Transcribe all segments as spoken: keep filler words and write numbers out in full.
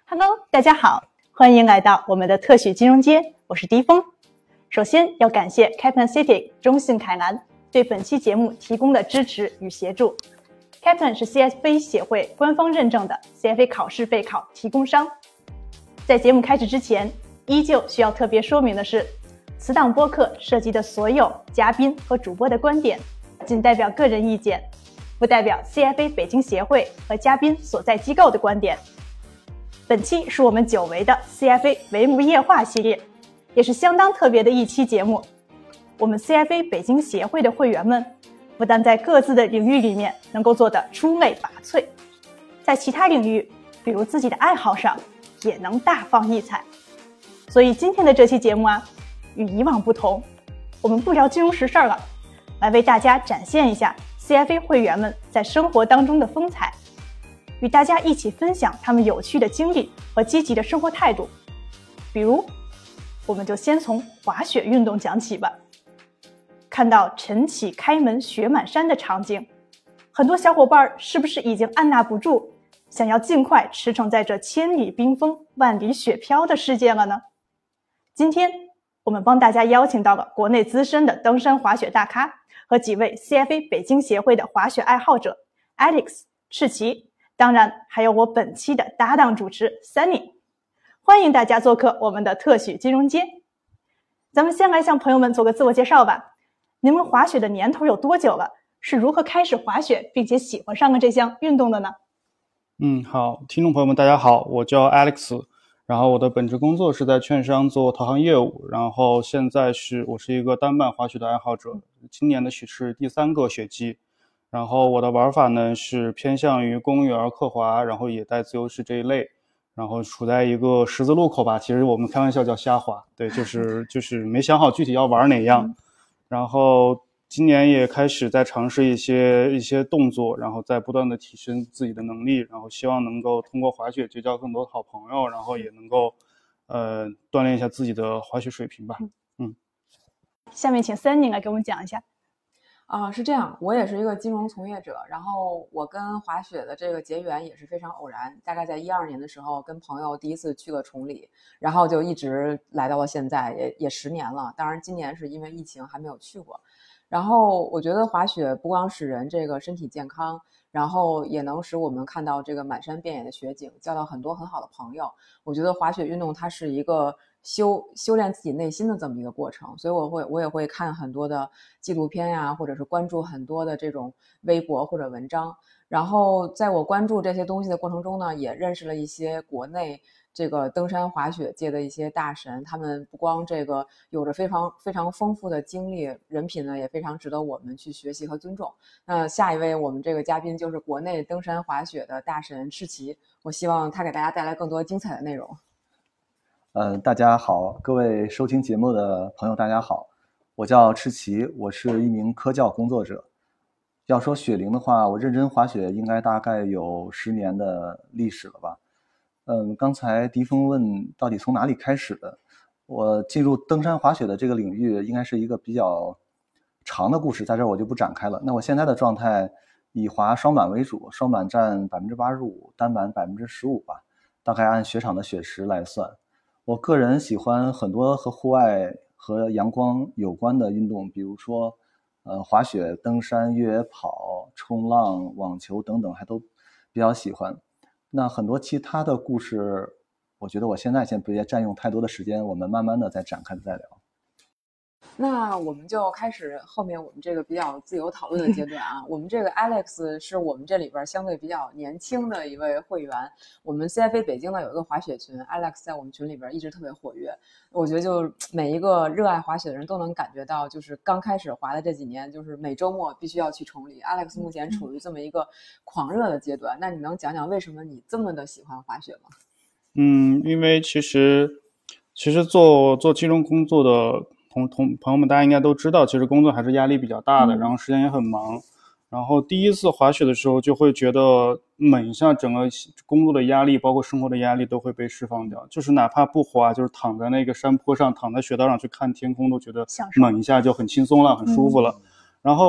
Hello， 大家好，欢迎来到我们的特许金融街，我是迪峰。首先要感谢 Kaplan City 中信凯南对本期节目提供的支持与协助。Kaplan 是 C F A 协会官方认证的 C F A 考试备考提供商。在节目开始之前，依旧需要特别说明的是，此档播客涉及的所有嘉宾和主播的观点仅代表个人意见，不代表 C F A 北京协会和嘉宾所在机构的观点。本期是我们久违的 C F A 帷幕夜话系列，也是相当特别的一期节目。我们 C F A 北京协会的会员们不但在各自的领域里面能够做得出类拔萃，在其他领域比如自己的爱好上也能大放异彩。所以今天的这期节目啊，与以往不同，我们不聊金融时事了，来为大家展现一下 C F A 会员们在生活当中的风采，与大家一起分享他们有趣的经历和积极的生活态度。比如，我们就先从滑雪运动讲起吧。看到晨起开门雪满山的场景，很多小伙伴是不是已经按捺不住，想要尽快驰骋在这千里冰封万里雪飘的世界了呢？今天我们帮大家邀请到了国内资深的登山滑雪大咖和几位 C F A 北京协会的滑雪爱好者 Alex、赤奇，当然还有我本期的搭档主持 Sunny。 欢迎大家做客我们的特许金融街。咱们先来向朋友们做个自我介绍吧。你们滑雪的年头有多久了？是如何开始滑雪并且喜欢上了这项运动的呢？ 嗯，好，听众朋友们大家好，我叫 Alex， 然后我的本职工作是在券商做投行业务，然后现在是我是一个单板滑雪的爱好者，今年的雪是第三个雪季，然后我的玩法呢是偏向于公园刻滑，然后野带自由式这一类，然后处在一个十字路口吧，其实我们开玩笑叫瞎滑，对，就是就是没想好具体要玩哪样，然后今年也开始在尝试一些一些动作，然后在不断的提升自己的能力，然后希望能够通过滑雪结交更多的好朋友，然后也能够呃锻炼一下自己的滑雪水平吧。嗯， 下面请 Sunny 来给我们讲一下。 啊、呃，是这样，我也是一个金融从业者，然后我跟滑雪的这个结缘也是非常偶然，大概在一二年的时候，跟朋友第一次去了崇礼，然后就一直来到了现在，也也十年了。当然今年是因为疫情还没有去过。然后我觉得滑雪不光使人这个身体健康，然后也能使我们看到这个满山遍野的雪景，交到很多很好的朋友。我觉得滑雪运动它是一个修修炼自己内心的这么一个过程，所以我会我也会看很多的纪录片呀，或者是关注很多的这种微博或者文章。然后在我关注这些东西的过程中呢，也认识了一些国内这个登山滑雪界的一些大神，他们不光这个有着非常非常丰富的经历，人品呢也非常值得我们去学习和尊重。那下一位我们这个嘉宾就是国内登山滑雪的大神赤奇，我希望他给大家带来更多精彩的内容。 呃，大家好，各位收听节目的朋友大家好，我叫赤奇，我是一名科教工作者。要说雪龄的话，我认真滑雪应该大概有十年的历史了吧。嗯，刚才迪峰问到底从哪里开始的，我进入登山滑雪的这个领域应该是一个比较长的故事，在这儿我就不展开了。那我现在的状态以滑双板为主，双板占 百分之八十五， 单板 百分之十五 吧，大概按雪场的雪时来算。我个人喜欢很多和户外和阳光有关的运动，比如说呃，滑雪、登山、越野跑、冲浪、网球等等，还都比较喜欢。那很多其他的故事，我觉得我现在先别占用太多的时间，我们慢慢的再展开再聊。 那我们就开始后面我们这个比较自由讨论的阶段啊。我们这个 Alex 是我们这里边相对比较年轻的一位会员。我们 C F A 北京呢有一个滑雪群 ，Alex 在我们群里边一直特别活跃。我觉得就每一个热爱滑雪的人都能感觉到，就是刚开始滑的这几年，就是每周末必须要去崇礼。Alex 目前处于这么一个狂热的阶段，那你能讲讲为什么你这么的喜欢滑雪吗？ 嗯，因为其实其实做做金融工作的同同朋友们大家应该都知道，其实工作还是压力比较大的，然后时间也很忙。然后第一次滑雪的时候就会觉得每一下整个工作的压力包括生活的压力都会被释放掉，就是哪怕不滑，就是躺在那个山坡上，躺在雪道上去看天空，都觉得猛一下就很轻松了，很舒服了。然后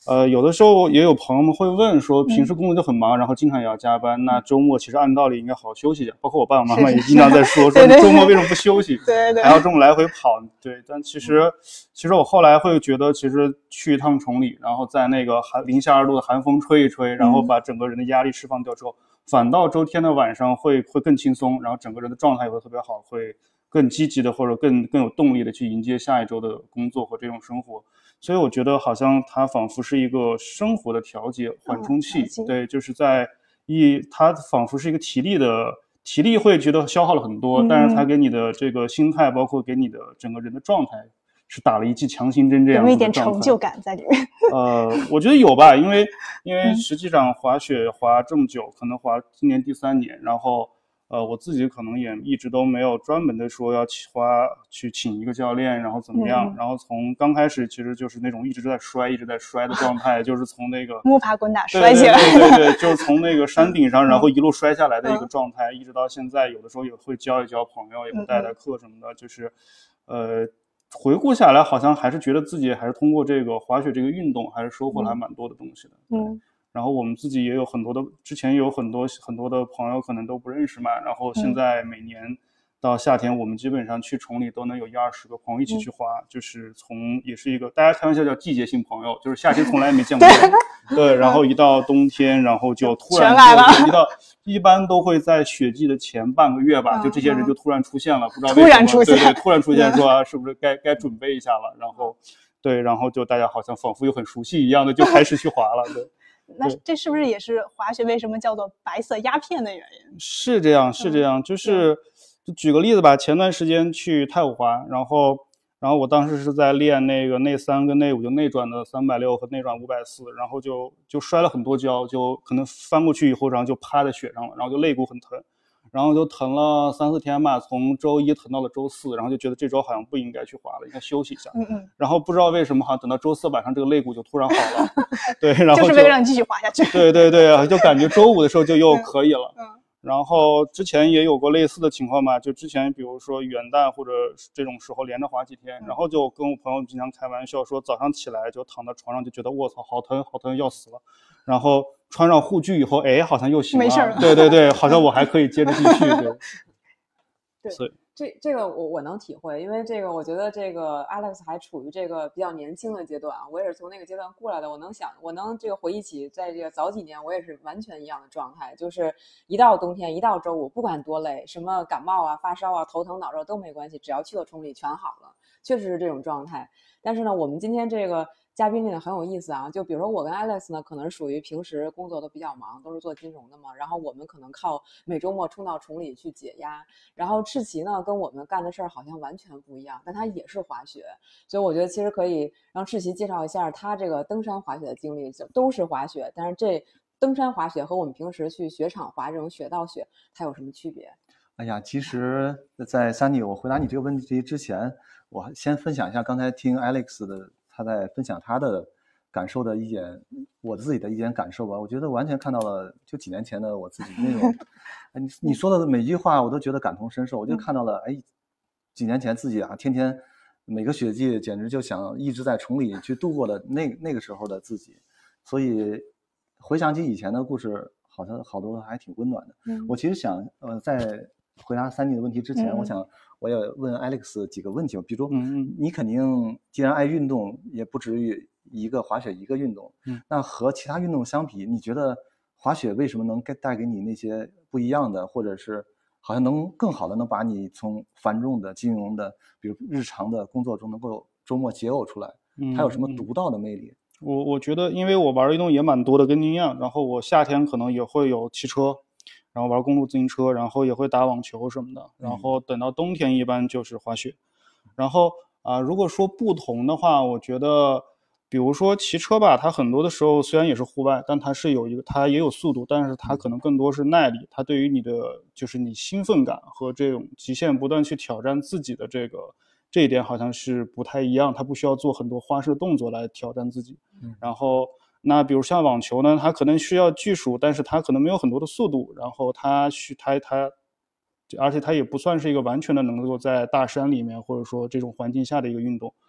呃，有的时候也有朋友们会问说，平时工作就很忙，嗯、然后经常也要加班，那周末其实按道理应该好好休息一下。包括我爸爸妈妈也经常在说，说你周末为什么不休息？ 对对， 还要这么来回跑？对，但其实，其实我后来会觉得，其实去一趟崇礼，然后在那个寒零下二度的寒风吹一吹，然后把整个人的压力释放掉之后，嗯、反倒周天的晚上会会更轻松，然后整个人的状态也会特别好，会更积极的或者更更有动力的去迎接下一周的工作和这种生活。所以我觉得好像它仿佛是一个生活的调节缓冲器，哦、对，就是在一它仿佛是一个体力的体力会觉得消耗了很多，嗯、但是它给你的这个心态，包括给你的整个人的状态，是打了一剂强心针这样子的状态。有没有一点成就感在里面？ 呃，我觉得有吧，因为因为实际上滑雪滑这么久，可能滑今年第三年，然后。呃，我自己可能也一直都没有专门的说要花去请一个教练，然后怎么样，嗯、然后从刚开始其实就是那种一直在摔，一直在摔的状态，就是从那个摸爬滚打摔起来， 对对 对, 对, 对，就是从那个山顶上，然后一路摔下来的一个状态，嗯、一直到现在，有的时候也会教一教朋友，也会带带课什么的，嗯、就是，呃，回顾下来，好像还是觉得自己还是通过这个滑雪这个运动，还是收获了还蛮多的东西的，嗯。然后我们自己也有很多的，之前也有很多很多的朋友可能都不认识嘛，然后现在每年到夏天，我们基本上去崇礼都能有一二十个朋友一起去滑，嗯、就是从也是一个大家开玩笑叫季节性朋友，就是夏天从来没见过面，对，然后一到冬天，然后就突然就一到一般都会在雪季的前半个月吧，嗯、就这些人就突然出现了，嗯、不知道为什么， 突然出现， 对对，突然出现说、啊、是不是该该准备一下了，然后对，然后就大家好像仿佛又很熟悉一样的就开始去滑了，对。 那这是不是也是滑雪为什么叫做白色鸦片的原因？ 是这样，是这样，嗯、就是就举个例子吧，前段时间去太武滑，然后然后我当时是在练那个内三跟内五，就内转的三百六和内转五百四，然后就就摔了很多跤，就可能翻过去以后，然后就趴在雪上了，然后就肋骨很疼。然后就疼了三四天吧，从周一疼到了周四，然后就觉得这周好像不应该去滑了，应该休息一下。嗯嗯。然后不知道为什么，好像等到周四晚上这个肋骨就突然好了。对，然后就就是为了让你继续滑下去。 对对对，就感觉周五的时候就又可以了。嗯。嗯然后之前也有过类似的情况嘛，就之前比如说元旦或者这种时候连着滑几天，嗯、然后就跟我朋友经常开玩笑说，早上起来就躺在床上就觉得卧槽，好疼好疼要死了，然后穿上护具以后，哎，好像又行了， 没事了， 对对对，好像我还可以接着继续，对。 对，所以这这个我我能体会，因为这个我觉得这个 Alex 还处于这个比较年轻的阶段啊，我也是从那个阶段过来的，我能想我能这个回忆起在这个早几年我也是完全一样的状态，就是一到冬天一到周五不管多累，什么感冒啊发烧啊头疼脑热都没关系，只要去了崇礼全好了，确实是这种状态。但是呢我们今天这个嘉宾呢很有意思啊，就比如说我跟 Alex 呢可能属于平时工作都比较忙，都是做金融的嘛，然后我们可能靠每周末冲到崇礼去解压，然后赤奇呢跟我们干的事儿好像完全不一样，但他也是滑雪，所以我觉得其实可以让赤奇介绍一下他这个登山滑雪的经历，就都是滑雪，但是这登山滑雪和我们平时去雪场滑这种雪道雪它有什么区别？ 哎呀，其实在 Sunny 我回答你这个问题之前，我先分享一下刚才听 Alex 的他在分享他的感受的一点，我自己的一点感受吧。我觉得完全看到了就几年前的我自己那种你你说的每句话我都觉得感同身受，我就看到了哎，几年前自己啊天天每个雪季简直就想一直在崇礼去度过的那那个时候的自己，所以回想起以前的故事好像好多还挺温暖的。嗯、我其实想呃在回答Sunny的问题之前，嗯、我想我也问 Alex 几个问题，比如说，嗯、你肯定既然爱运动，也不止于一个滑雪一个运动，嗯、那和其他运动相比，你觉得滑雪为什么能带给你那些不一样的，或者是好像能更好的能把你从繁重的金融的，比如日常的工作中能够周末解耦出来？它有什么独到的魅力？ 嗯、我我觉得，因为我玩的运动也蛮多的，跟您一样，然后我夏天可能也会有骑车。然后玩公路自行车，然后也会打网球什么的，然后等到冬天一般就是滑雪。然后啊、呃，如果说不同的话，我觉得比如说骑车吧，它很多的时候虽然也是户外，但它是有一个它也有速度，但是它可能更多是耐力，它对于你的就是你兴奋感和这种极限不断去挑战自己的这个这一点好像是不太一样，它不需要做很多花式的动作来挑战自己。嗯、然后那比如像网球呢，它可能需要技术，但是它可能没有很多的速度，然后它需它它，而且它也不算是一个完全的能够在大山里面或者说这种环境下的一个运动。嗯、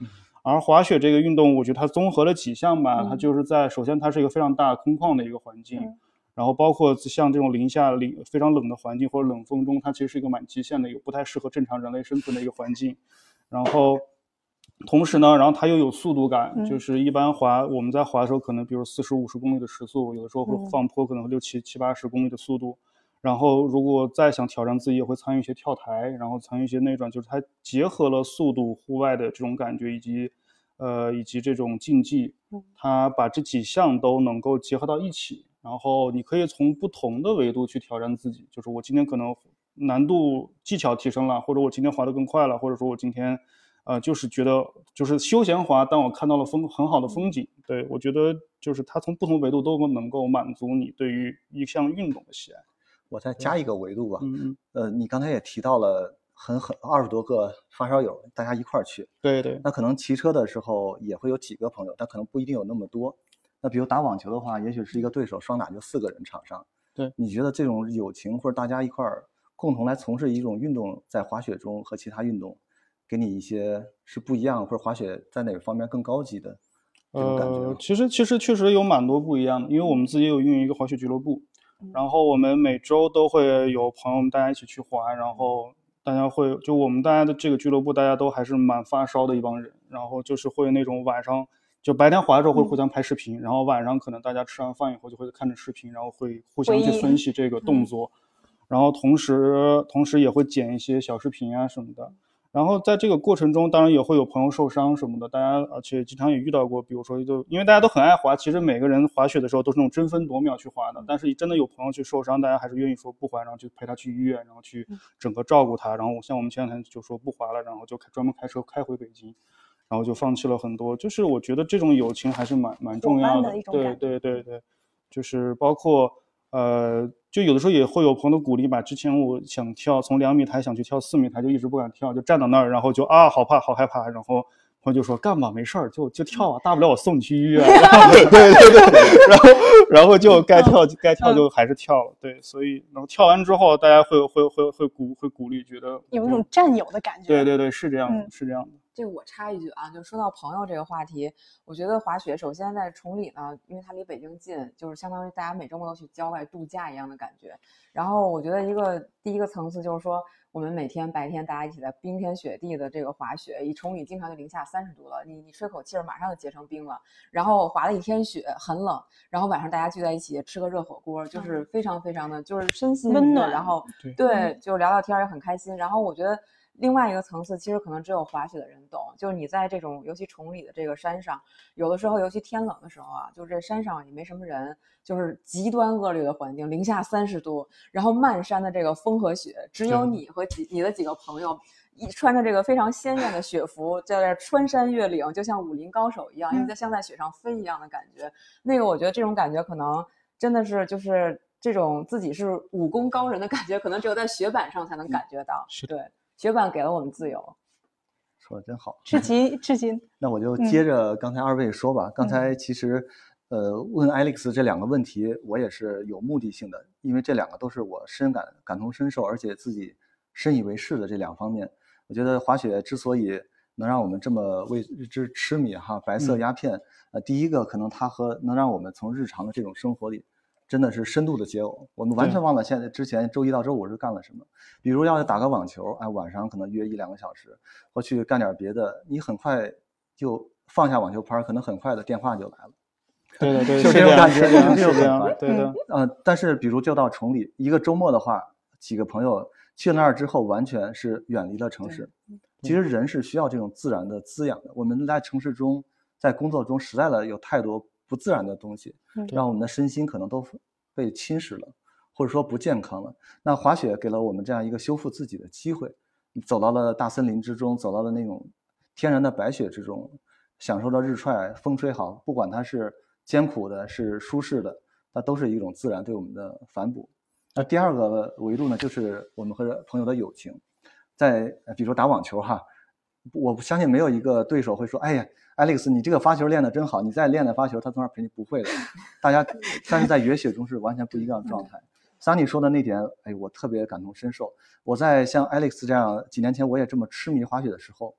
而滑雪这个运动，我觉得它综合了几项吧， 嗯、 它就是在首先它是一个非常大空旷的一个环境。 嗯然后包括像这种零下零非常冷的环境或者冷风中，它其实是一个蛮极限的一个不太适合正常人类生存的一个环境。然后同时呢，然后它又有速度感， 嗯、 就是一般滑我们在滑的时候，可能比如四十五十公里的时速，有的时候会放坡，可能六七七八十公里的速度。然后如果再想挑战自己，也会参与一些跳台，然后参与一些内转，就是它结合了速度、户外的这种感觉以及呃以及这种竞技，它把这几项都能够结合到一起。然后你可以从不同的维度去挑战自己，就是我今天可能难度技巧提升了，或者我今天滑得更快了，或者说我今天呃就是觉得就是休闲滑，但我看到了风很好的风景。对，我觉得就是它从不同维度都能够满足你对于一项运动的喜爱。 我再加一个维度吧， 嗯呃，你刚才也提到了很很二十多个发烧友，大家一块儿去。 对对。 那可能骑车的时候也会有几个朋友，但可能不一定有那么多。那比如打网球的话，也许是一个对手双打就四个人场上。 对， 你觉得这种友情或者大家一块儿共同来从事一种运动，在滑雪中和其他运动，给你一些是不一样，或者滑雪在哪个方面更高级的这种感觉？ 呃，其实其实确实有蛮多不一样的，因为我们自己有运营一个滑雪俱乐部，然后我们每周都会有朋友们大家一起去滑，然后大家会就我们大家的这个俱乐部，大家都还是蛮发烧的一帮人，然后就是会那种晚上。就白天滑的时候会互相拍视频、嗯、然后晚上可能大家吃完饭以后就会看着视频，然后会互相去分析这个动作、嗯、然后同时同时也会剪一些小视频啊什么的。然后在这个过程中当然也会有朋友受伤什么的，大家而且经常也遇到过，比如说就因为大家都很爱滑，其实每个人滑雪的时候都是那种争分夺秒去滑的，但是真的有朋友去受伤，大家还是愿意说不滑，然后就陪他去医院，然后去整个照顾他，然后像我们前两天就说不滑了，然后就专门开车开回北京，然后就放弃了很多。就是我觉得这种友情还是蛮蛮重要的，对对对对，就是包括呃，就有的时候也会有朋友鼓励吧。之前我想跳从两米台想去跳四米台，就一直不敢跳，就站到那儿，然后就啊好怕好害怕，然后朋友就说干吧没事儿，就就跳啊，大不了我送你去医院。然后对对对，然后然后就该跳该跳就还是跳了，对，所以然后跳完之后，大家会会会会鼓会鼓励，觉得有一种战友的感觉。 对对对，是这样的， 嗯、 是这样的。 这个我插一句啊，就说到朋友这个话题，我觉得滑雪首先在崇礼呢，因为它离北京近，就是相当于大家每周末都去郊外度假一样的感觉。然后我觉得一个第一个层次就是说，我们每天白天大家一起在冰天雪地的这个滑雪，一崇礼经常就零下三十度了，你你吹口气儿马上就结成冰了。然后滑了一天雪，很冷，然后晚上大家聚在一起吃个热火锅，就是非常非常的就是身心温暖， 然后对, 对就聊聊天也很开心。然后我觉得另外一个层次，其实可能只有滑雪的人懂，就是你在这种尤其崇礼的这个山上，有的时候尤其天冷的时候啊，就是这山上也没什么人，就是极端恶劣的环境，零下三十度，然后漫山的这个风和雪，只有你和几你的几个朋友一穿着这个非常鲜艳的雪服，在这穿山越岭，就像武林高手一样，因为在像在雪上飞一样的感觉。那个我觉得这种感觉可能真的是就是这种自己是武功高人的感觉，可能只有在雪板上才能感觉到。 是对。雪板给了我们自由， 说的真好。 志奇，志奇， 那我就接着刚才二位说吧。嗯、刚才其实，呃，问 Alex 这两个问题，我也是有目的性的，因为这两个都是我深感感同身受，而且自己深以为是的这两方面。我觉得滑雪之所以能让我们这么为之痴迷哈，白色鸦片，嗯、呃，第一个可能它和能让我们从日常的这种生活里。真的是深度的解耦，我们完全忘了现在之前周一到周五是干了什么。比如要是打个网球，哎，晚上可能约一两个小时，或去干点别的，你很快就放下网球拍，可能很快的电话就来了。 对对对， 就这种感觉， 就这样，对的。 呃，但是比如就到崇礼，一个周末的话，几个朋友去了那儿之后，完全是远离了城市。其实人是需要这种自然的滋养的。我们在城市中，在工作中实在的有太多不自然的东西，让我们的身心可能都被侵蚀了，或者说不健康了。那滑雪给了我们这样一个修复自己的机会，走到了大森林之中，走到了那种天然的白雪之中，享受到日晒风吹好，不管它是艰苦的是舒适的，那都是一种自然对我们的反哺。那第二个维度呢，就是我们和朋友的友情。在比如说打网球哈，我相信没有一个对手会说，哎呀Alex 你这个发球练得真好，你再练的发球他从那儿陪你，不会的。大家但是在野雪中是完全不一样的状态。Sunny 说的那点，哎，我特别感同身受。我在像 Alex 这样几年前我也这么痴迷滑雪的时候，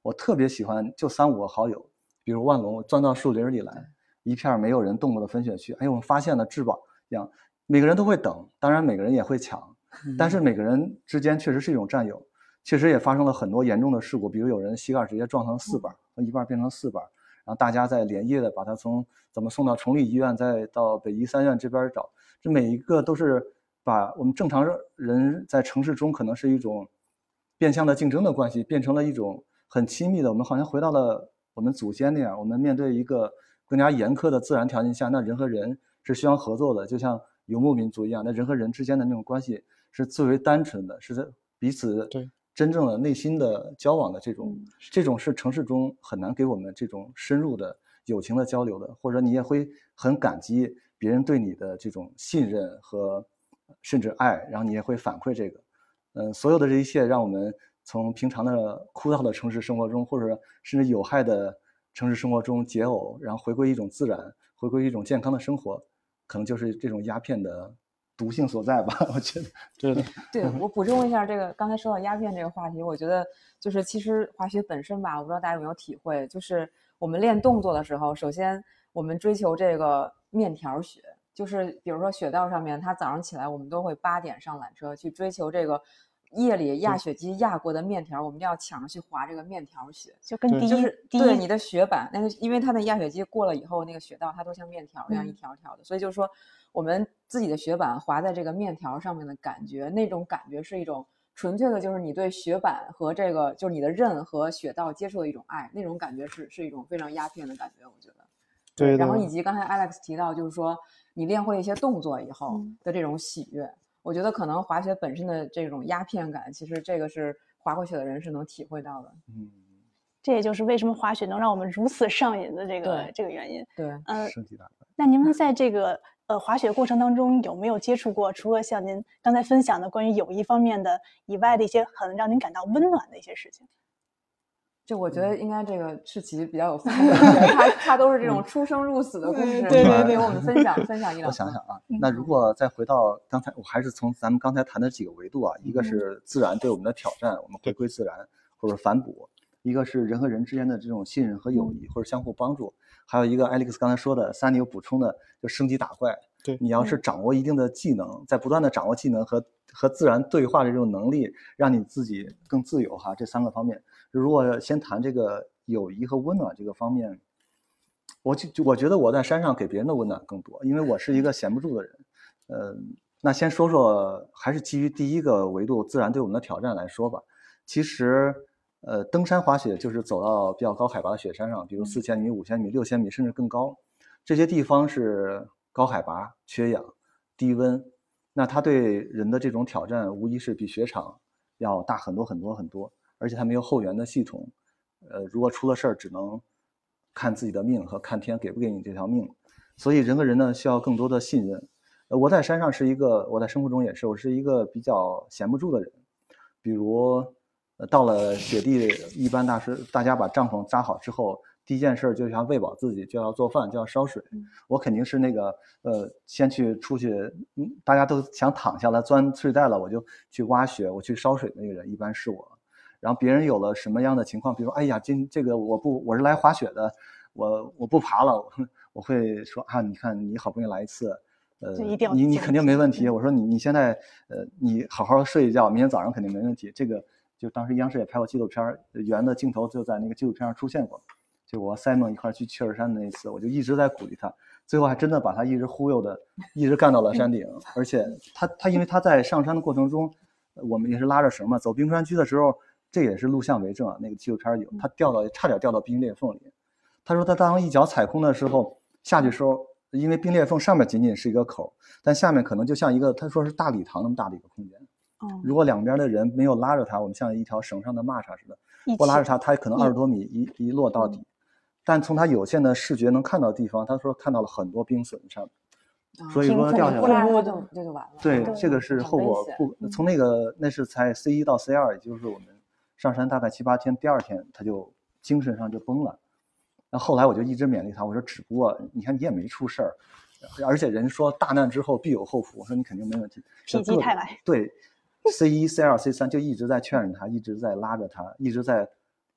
我特别喜欢就三五个好友，比如万龙钻到树林里来，一片没有人动过的风雪区，哎，我们发现了至宝一样，每个人都会等，当然每个人也会抢，但是每个人之间确实是一种占有，确实也发生了很多严重的事故，比如有人膝盖直接撞成四板，从一半变成四板，然后大家再连夜的把他从怎么送到崇礼医院，再到北医三院这边找，这每一个都是把我们正常人在城市中可能是一种变相的竞争的关系，变成了一种很亲密的，我们好像回到了我们祖先那样，我们面对一个更加严苛的自然条件下，那人和人是需要合作的，就像游牧民族一样，那人和人之间的那种关系是最为单纯的，是彼此真正的内心的交往的这种，这种是城市中很难给我们这种深入的友情的交流的，或者你也会很感激别人对你的这种信任和甚至爱，然后你也会反馈这个，嗯，所有的这一切让我们从平常的枯燥的城市生活中，或者甚至有害的城市生活中解耦，然后回归一种自然，回归一种健康的生活，可能就是这种鸦片的毒性所在吧，我觉得。 对的， 对，我补充一下这个，刚才说到鸦片这个话题，我觉得就是其实滑雪本身吧，我不知道大家有没有体会，就是我们练动作的时候，首先我们追求这个面条雪，就是比如说雪道上面，他早上起来我们都会八点上缆车去追求这个夜里压雪机压过的面条，我们要抢着去滑这个面条雪， 就跟第一就是第一对你的雪板，那个因为它的压雪机过了以后，那个雪道它都像面条一样一条条的，嗯、所以就是说我们自己的雪板滑在这个面条上面的感觉，那种感觉是一种纯粹的，就是你对雪板和这个就是你的刃和雪道接触的一种爱，那种感觉是是一种非常鸦片的感觉，我觉得。 对， 然后以及刚才 Alex 提到，就是说你练会一些动作以后的这种喜悦。嗯，我觉得可能滑雪本身的这种鸦片感，其实这个是滑过雪的人是能体会到的。 嗯， 这也就是为什么滑雪能让我们如此上瘾的这个这个原因。 对， 嗯、呃， 升级大会。 那您们在这个呃滑雪过程当中有没有接触过，除了像您刚才分享的关于友谊方面的以外的一些很让您感到温暖的一些事情？ 就我觉得应该这个赤奇比较有发言权，他他都是这种出生入死的故事， 对对对， 给我们分享分享一两。 我想想啊，那如果再回到刚才，我还是从咱们刚才谈的几个维度啊，一个是自然对我们的挑战，我们回归自然或者反哺；一个是人和人之间的这种信任和友谊或者相互帮助；还有一个 Alex 刚才说的，Sunny有补充的，就升级打怪。 对， 你要是掌握一定的技能，在不断的掌握技能和和自然对话的这种能力，让你自己更自由哈。这三个方面，如果先谈这个友谊和温暖这个方面，我就我觉得我在山上给别人的温暖更多，因为我是一个闲不住的人。呃，那先说说，还是基于第一个维度，自然对我们的挑战来说吧。其实，呃，登山滑雪就是走到比较高海拔的雪山上，比如四千米、五千米、六千米，甚至更高，这些地方是高海拔、缺氧、低温，那它对人的这种挑战，无疑是比雪场要大很多很多很多，而且它没有后援的系统，呃，如果出了事儿，只能看自己的命和看天给不给你这条命，所以人和人呢需要更多的信任。呃，我在山上是一个，我在生活中也是，我是一个比较闲不住的人，比如，呃，到了雪地，一般大师大家把帐篷扎好之后，第一件事就要喂饱自己，就要做饭，就要烧水。我肯定是那个，呃，先去出去，嗯，大家都想躺下来钻睡袋了，我就去挖雪，我去烧水的那个人一般是我。然后别人有了什么样的情况，比如说，哎呀，今这个我不，我是来滑雪的，我我不爬了，我会说啊，你看你好不容易来一次，呃，你你肯定没问题。我说你你现在呃你好好睡一觉，明天早上肯定没问题。这个就当时央视也拍过纪录片，圆的镜头就在那个纪录片上出现过。就我 Simon 一块去雀儿山的那次，我就一直在鼓励他，最后还真的把他一直忽悠的，一直干到了山顶。而且他他因为他在上山的过程中，我们也是拉着绳嘛，走冰川区的时候。这也是录像为证啊，那个纪录片有，他掉到差点掉到冰裂缝里。他说他当一脚踩空的时候下去的时候，因为冰裂缝上面仅仅是一个口，但下面可能就像一个，他说是大礼堂那么大的一个空间。如果两边的人没有拉着他，我们像一条绳上的蚂蚱似的，不拉着他，他可能二十多米一一落到底。但从他有限的视觉能看到的地方，他说看到了很多冰损上面。所以说掉下来就这就完了。 对，这个是后果不从那个那是才 C 一到 C 二，也就是我们。上山大概七八天，第二天他就精神上就崩了。那后来我就一直勉励他，我说只不过你看你也没出事儿，而且人说大难之后必有后福，我说你肯定没问题。 否极泰来。 对 ，C 一、C 二、C 三就一直在劝着他，一直在拉着他，一直在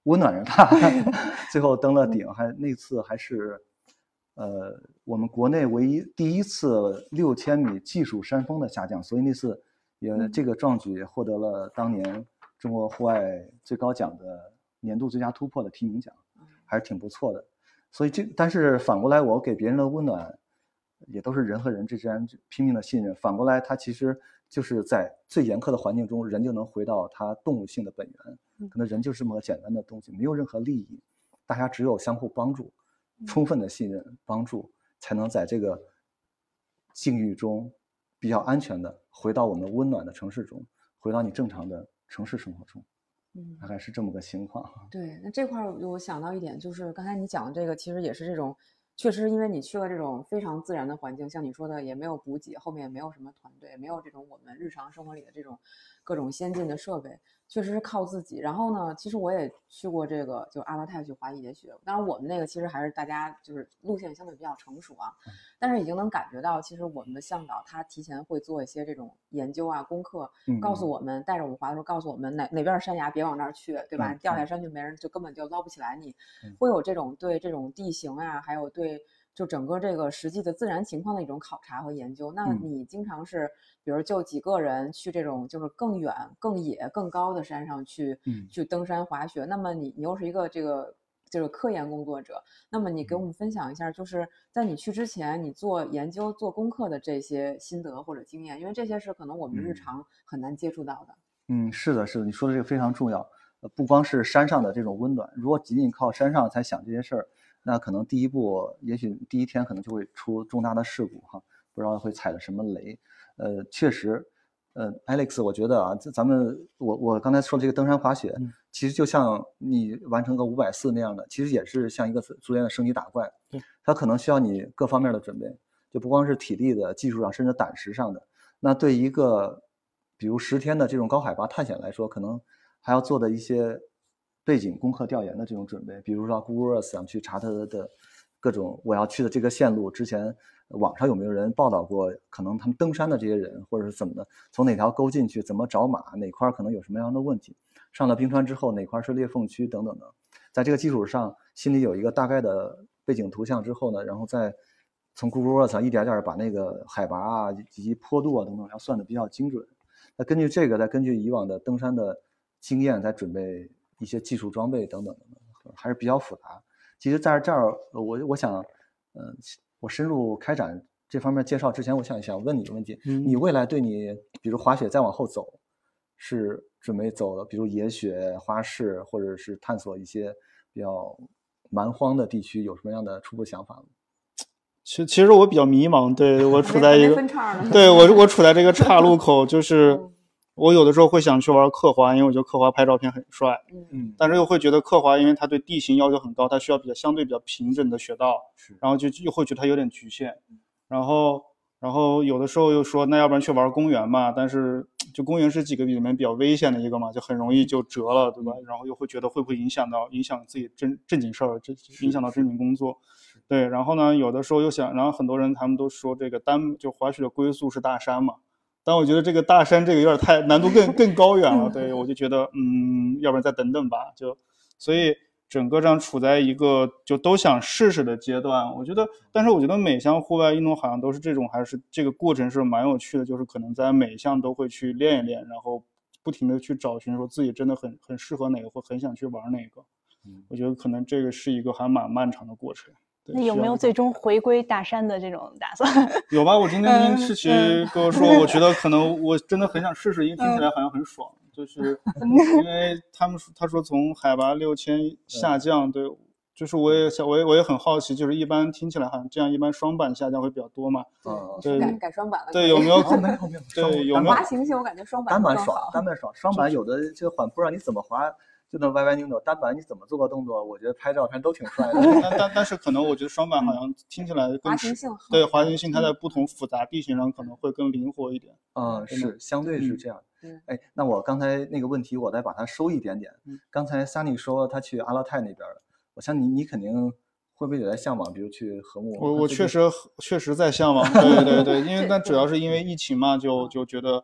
温暖着它，最后登了顶，还那次还是呃我们国内唯一第一次六千米技术山峰的下降，所以那次也、嗯、这个壮举也获得了当年中国户外最高奖的年度最佳突破的提名奖，还是挺不错的。所以这但是反过来，我给别人的温暖也都是人和人之间拼命的信任，反过来它其实就是在最严苛的环境中，人就能回到它动物性的本源，可能人就是这么个简单的东西，没有任何利益，大家只有相互帮助，充分的信任帮助，才能在这个境遇中比较安全的回到我们温暖的城市中，回到你正常的城市生活中。嗯，大概是这么个情况。 对，那这块我想到一点，就是刚才你讲的这个，其实也是这种，确实因为你去了这种非常自然的环境，像你说的，也没有补给，后面也没有什么团队，也没有这种我们日常生活里的这种各种先进的设备，确实是靠自己。然后呢，其实我也去过这个，就阿勒泰去滑野雪，当然我们那个其实还是大家就是路线相对比较成熟啊，但是已经能感觉到，其实我们的向导他提前会做一些这种研究啊、功课，告诉我们，带着我们滑的时候告诉我们哪哪边山崖别往那儿去，对吧？嗯、掉下山去没人就根本就捞不起来你，嗯、会有这种对这种地形啊，还有对就整个这个实际的自然情况的一种考察和研究。那你经常是，比如就几个人去这种就是更远、更野、更高的山上去，嗯、去登山滑雪。那么你你又是一个这个。这个科研工作者，那么你给我们分享一下，就是在你去之前，你做研究、做功课的这些心得或者经验，因为这些是可能我们日常很难接触到的。 嗯，是的，是的，你说的这个非常重要。呃，不光是山上的这种温暖，如果仅仅靠山上才想这些事儿，那可能第一步，也许第一天可能就会出重大的事故哈，不知道会踩了什么雷。呃，确实。呃 ，Alex， 我觉得啊，咱们我我刚才说的这个登山滑雪，嗯、其实就像你完成个五百四那样的，其实也是像一个逐渐的升级打怪。 对， 它可能需要你各方面的准备，就不光是体力的、技术上，甚至胆识上的。那对一个比如十天的这种高海拔探险来说，可能还要做的一些背景功课调研的这种准备，比如说 Google Earth 上去查它的各种我要去的这个线路之前。网上有没有人报道过可能他们登山的这些人，或者是怎么的，从哪条沟进去，怎么找马，哪块可能有什么样的问题，上了冰川之后哪块是裂缝区等等的，在这个基础上心里有一个大概的背景图像之后呢，然后再从 Google Earth 上一点点把那个海拔啊以及坡度啊等等要算的比较精准，那根据这个再根据以往的登山的经验再准备一些技术装备等等的，还是比较复杂。其实在这儿我我想嗯、呃我深入开展这方面介绍之前，我想想问你一个问题：嗯、你未来对你，比如滑雪再往后走，是准备走了，比如野雪、花式，或者是探索一些比较蛮荒的地区，有什么样的初步想法吗？ 其实，其实我比较迷茫，对我处在一个，对我我处在这个岔路口，就是我有的时候会想去玩刻滑，因为我觉得刻滑拍照片很帅，嗯，但是又会觉得刻滑，因为它对地形要求很高，它需要比较相对比较平整的雪道，然后就又会觉得它有点局限，然后然后有的时候又说那要不然去玩公园嘛，但是就公园是几个里面比较危险的一个嘛，就很容易就折了，对吧？然后又会觉得会不会影响到影响自己正正经事儿，影响到正经工作，对，然后呢有的时候又想，然后很多人他们都说这个单就滑雪的归宿是大山嘛。但我觉得这个大山这个有点太难度更更高远了，对，我就觉得嗯，要不然再等等吧，就所以整个上处在一个就都想试试的阶段。我觉得，但是我觉得每项户外运动好像都是这种，还是这个过程是蛮有趣的，就是可能在每一项都会去练一练，然后不停的去找寻说自己真的很很适合哪个，或很想去玩哪个。我觉得可能这个是一个还蛮漫长的过程。 那有没有最终回归大山的这种打算？ 有吧，我今天听世奇跟我说、嗯嗯、我觉得可能我真的很想试试，因为听起来好像很爽、嗯、就是因为他们他说从海拔六千下降、嗯、对，就是我也想我也我也很好奇，就是一般听起来好像这样一般双板下降会比较多嘛， 嗯，对，改改双板了， 对，有没有可能对有没有滑行性我感觉双板单板爽，单板爽，双板有的这个缓坡让你怎么滑就能歪歪扭扭，单板你怎么做个动作，我觉得拍照片都挺帅的。 但但但是可能我觉得双板好像听起来更滑行性对滑行性，它在不同复杂地形上可能会更灵活一点。 嗯，是相对是这样。嗯，哎，那我刚才那个问题我再把它收一点点。嗯、刚才 Sunny 说他去阿勒泰那边了，我想你你肯定会不会也在向往，比如去禾木？ 我我确实确实在向往，对对对，因为但主要是因为疫情嘛，就就觉得。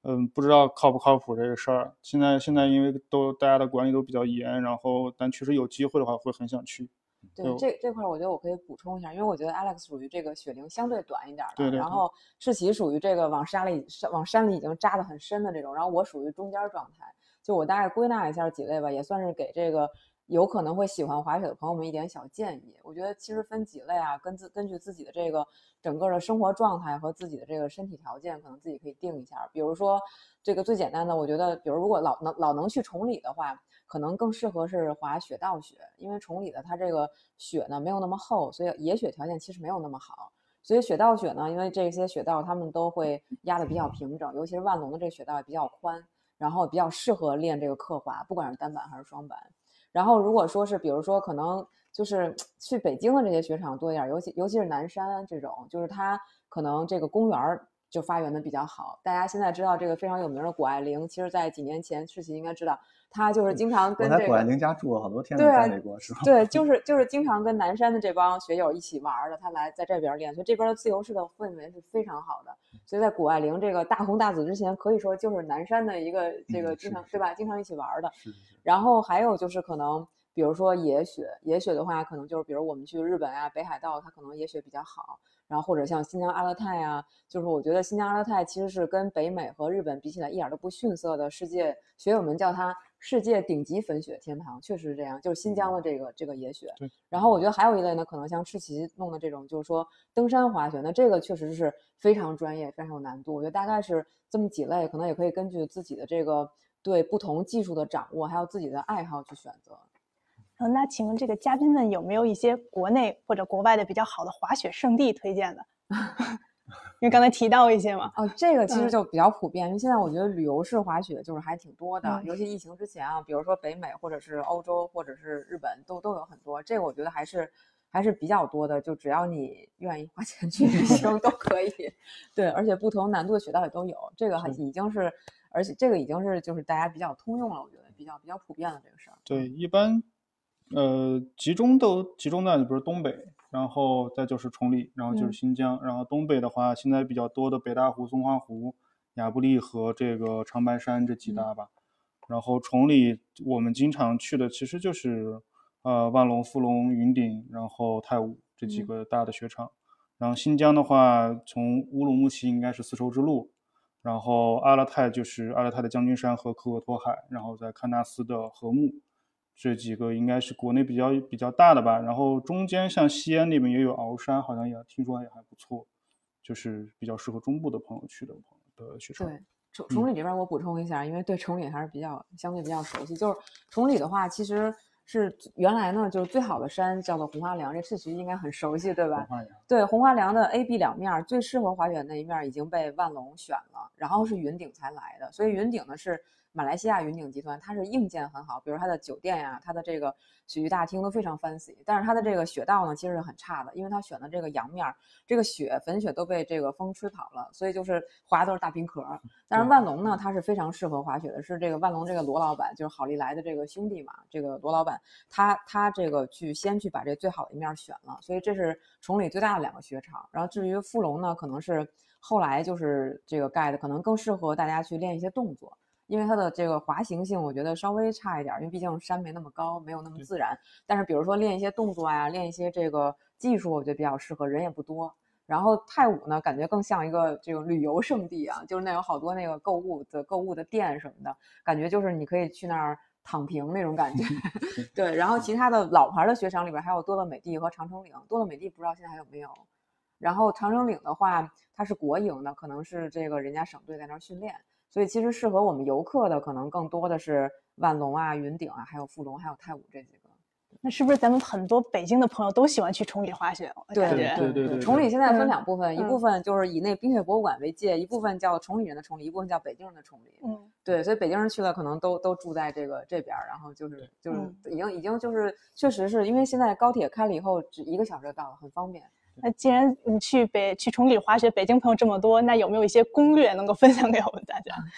嗯，不知道靠不靠谱这个事儿。现在现在因为都大家的管理都比较严，然后但确实有机会的话会很想去。 对，这这块我觉得我可以补充一下，因为我觉得 Alex 属于这个雪龄相对短一点的， 对对对， 然后赤奇属于这个往山里往山里已经扎得很深的这种，然后我属于中间状态。就我大概归纳一下几类吧，也算是给这个有可能会喜欢滑雪的朋友们一点小建议。我觉得其实分几类啊，根自根据自己的这个整个的生活状态和自己的这个身体条件，可能自己可以定一下。比如说这个最简单的，我觉得，比如如果老能老能去崇礼的话，可能更适合是滑雪道雪，因为崇礼的它这个雪呢没有那么厚，所以野雪条件其实没有那么好。所以雪道雪呢，因为这些雪道他们都会压得比较平整，尤其是万隆的这个雪道也比较宽，然后比较适合练这个刻滑，不管是单板还是双板。然后如果说是比如说可能就是去北京的这些雪场多一点，尤其尤其是南山这种，就是它可能这个公园就发源的比较好。大家现在知道这个非常有名的谷爱凌，其实在几年前赤奇应该知道，他就是经常跟这个我在谷爱凌家住了好多天，在美国是吧？ 对，就是就是经常跟南山的这帮学友一起玩的，他来在这边练，所以这边的自由式的氛围是非常好的。所以在谷爱凌这个大红大紫之前，可以说就是南山的一个这个经常、嗯、对吧？经常一起玩的。 是是是。 然后还有就是可能。比如说野雪，野雪的话，可能就是比如我们去日本啊、北海道，它可能野雪比较好。然后或者像新疆阿勒泰啊，就是我觉得新疆阿勒泰其实是跟北美和日本比起来一点都不逊色的世界，学友们叫它世界顶级粉雪天堂，确实是这样。就是新疆的这个这个野雪。然后我觉得还有一类呢，可能像赤奇弄的这种，就是说登山滑雪，那这个确实是非常专业、非常有难度。我觉得大概是这么几类，可能也可以根据自己的这个对不同技术的掌握，还有自己的爱好去选择。 嗯，那请问这个嘉宾们有没有一些国内或者国外的比较好的滑雪胜地推荐的？因为刚才提到一些嘛。 哦，这个其实就比较普遍，嗯、因为现在我觉得旅游式滑雪就是还挺多的， 嗯、 尤其疫情之前啊，比如说北美或者是欧洲或者是日本都都有很多，这个我觉得还是还是比较多的，就只要你愿意花钱去旅行都可以。对，而且不同难度的雪道也都有，这个已经是，而且这个已经是就是大家比较通用了，我觉得比较比较普遍的这个事儿。 对，一般。呃，集中都集中在比如东北，然后再就是崇礼，然后就是新疆、嗯、然后东北的话，现在比较多的北大湖、松花湖、亚布力和这个长白山这几大吧。嗯、然后崇礼我们经常去的其实就是呃万隆、富隆、云顶，然后太武这几个大的雪场。嗯、然后新疆的话，从乌鲁木齐应该是丝绸之路，然后阿勒泰就是阿勒泰的将军山和科克托海，然后在喀纳斯的禾木。这几个应该是国内比较比较大的吧，然后中间像西安那边也有鳌山，好像也听说也还不错，就是比较适合中部的朋友去的朋友的雪场。 对，崇崇礼这边我补充一下、嗯，因为对崇礼还是比较相对比较熟悉。就是崇礼的话，其实是原来呢，就是最好的山叫做红花梁，这赤奇应该很熟悉，对吧？ 红花梁。 对，红花梁的 A、B 两面最适合滑雪那一面已经被万隆选了，然后是云顶才来的，所以云顶呢是。马来西亚云顶集团，它是硬件很好，比如它的酒店呀、啊，它的这个雪域大厅都非常 fancy， 但是它的这个雪道呢，其实是很差的，因为它选的这个阳面，这个雪粉雪都被这个风吹跑了，所以就是滑都是大冰壳。但是万隆呢，它是非常适合滑雪的，是这个万隆这个罗老板，就是好利来的这个兄弟嘛，这个罗老板，他他这个去先去把这最好的一面选了，所以这是崇礼最大的两个雪场。然后至于富隆呢，可能是后来就是这个盖的，可能更适合大家去练一些动作。因为它的这个滑行性，我觉得稍微差一点，因为毕竟山没那么高，没有那么自然。但是比如说练一些动作呀、啊，练一些这个技术，我觉得比较适合，人也不多。然后太武呢，感觉更像一个这个旅游胜地啊，就是那有好多那个购物的购物的店什么的，感觉就是你可以去那儿躺平那种感觉。对，然后其他的老牌的雪场里边还有多乐美地和长城岭，多乐美地不知道现在还有没有。然后长城岭的话，它是国营的，可能是这个人家省队在那儿训练。所以其实适合我们游客的可能更多的是万隆啊、云顶啊，还有富隆，还有太武这几个。 那是不是咱们很多北京的朋友都喜欢去崇礼滑雪？ 对对对对对。 崇礼现在分两部分、嗯，一部分就是以那冰雪博物馆为界、嗯，一部分叫崇礼人的崇礼，一部分叫北京人的崇礼。嗯，对，所以北京人去了可能都都住在这个这边，然后就是就是已经、嗯、已经就是确实是因为现在高铁开了以后，只一个小时就到了，很方便。 那既然你去北去崇礼滑雪，北京朋友这么多，那有没有一些攻略能够分享给我们大家？